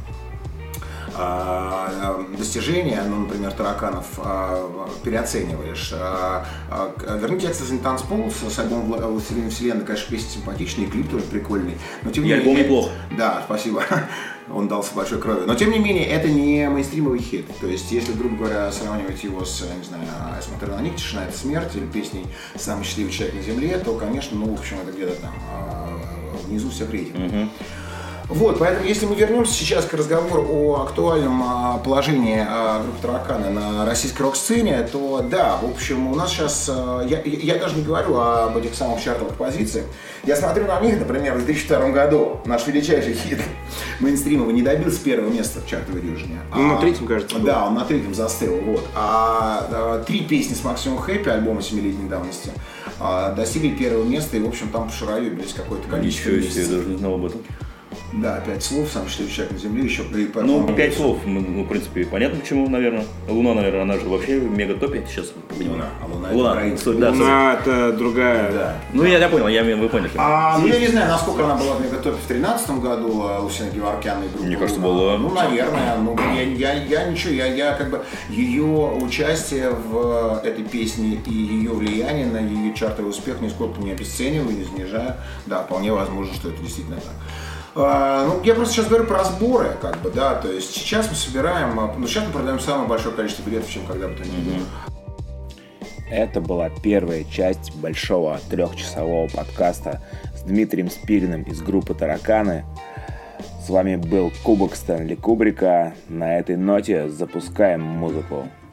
а, достижения, ну, например, тараканов, а, переоцениваешь. А, а, к- Верните «Экстази на танцпол» с с альбомом «Вла- «Властелин вселенной», конечно, песня симпатичная, и клип тоже прикольный. Но тем не И альбом менее- неплох. Да, спасибо. Он дался большой кровью. Но тем не менее, это не мейнстримовый хит. То есть, если, грубо говоря, сравнивать его с, не знаю, «Я смотрю на них, тишина — это смерть» или песней «Самый счастливый человек на земле», то, конечно, ну, в общем, это где-то там а, внизу всех рейтингов. Вот, поэтому, если мы вернемся сейчас к разговору о актуальном а, положении а, группы «Тараканы» на российской рок-сцене, то да, в общем, у нас сейчас, а, я, я я даже не говорю об этих самых чартовых позициях, я смотрю на них, например, в две тысячи втором году наш величайший хит мейнстримовый не добился первого места в чартовой дюжине. Ну, на А, третьем, кажется, был. Да, он на третьем застыл, вот. А, а, три песни с «Максимум Хэппи», альбома семилетней давности, а, достигли первого места, и, в общем, там пошаровились какое-то количество Ничего себе, я месяцев. даже не знал об этом. Да, пять слов, «Самый счастливый человек на земле», еще при Ну, по-моему, пять слов, ну, ну, в принципе, понятно почему, наверное. Луна, наверное, она же вообще в мега-топе сейчас. Луна, а Луна, Луна, это правительство. да, Луна — это другая. Да. Ну, я, я понял, я, вы поняли. А, ну, я не знаю, насколько она была в мегатопе в тринадцатом году, а, Лусина Геворкян и группа Мне кажется, «Луна». была. Ну, наверное. Ну, я, я, я ничего, я, я как бы ее участие в этой песне и ее влияние на ее чартовый успех нисколько не обесцениваю, не занижаю. Да, вполне возможно, что это действительно так. А, ну, я просто сейчас говорю про сборы, как бы, да, то есть сейчас мы собираем, а, ну, сейчас мы продаем самое большое количество билетов, чем когда бы то ни было. Это была первая часть большого трехчасового подкаста с Дмитрием Спириным из группы «Тараканы». С вами был Кубок Стэнли Кубрика. На этой ноте запускаем музыку.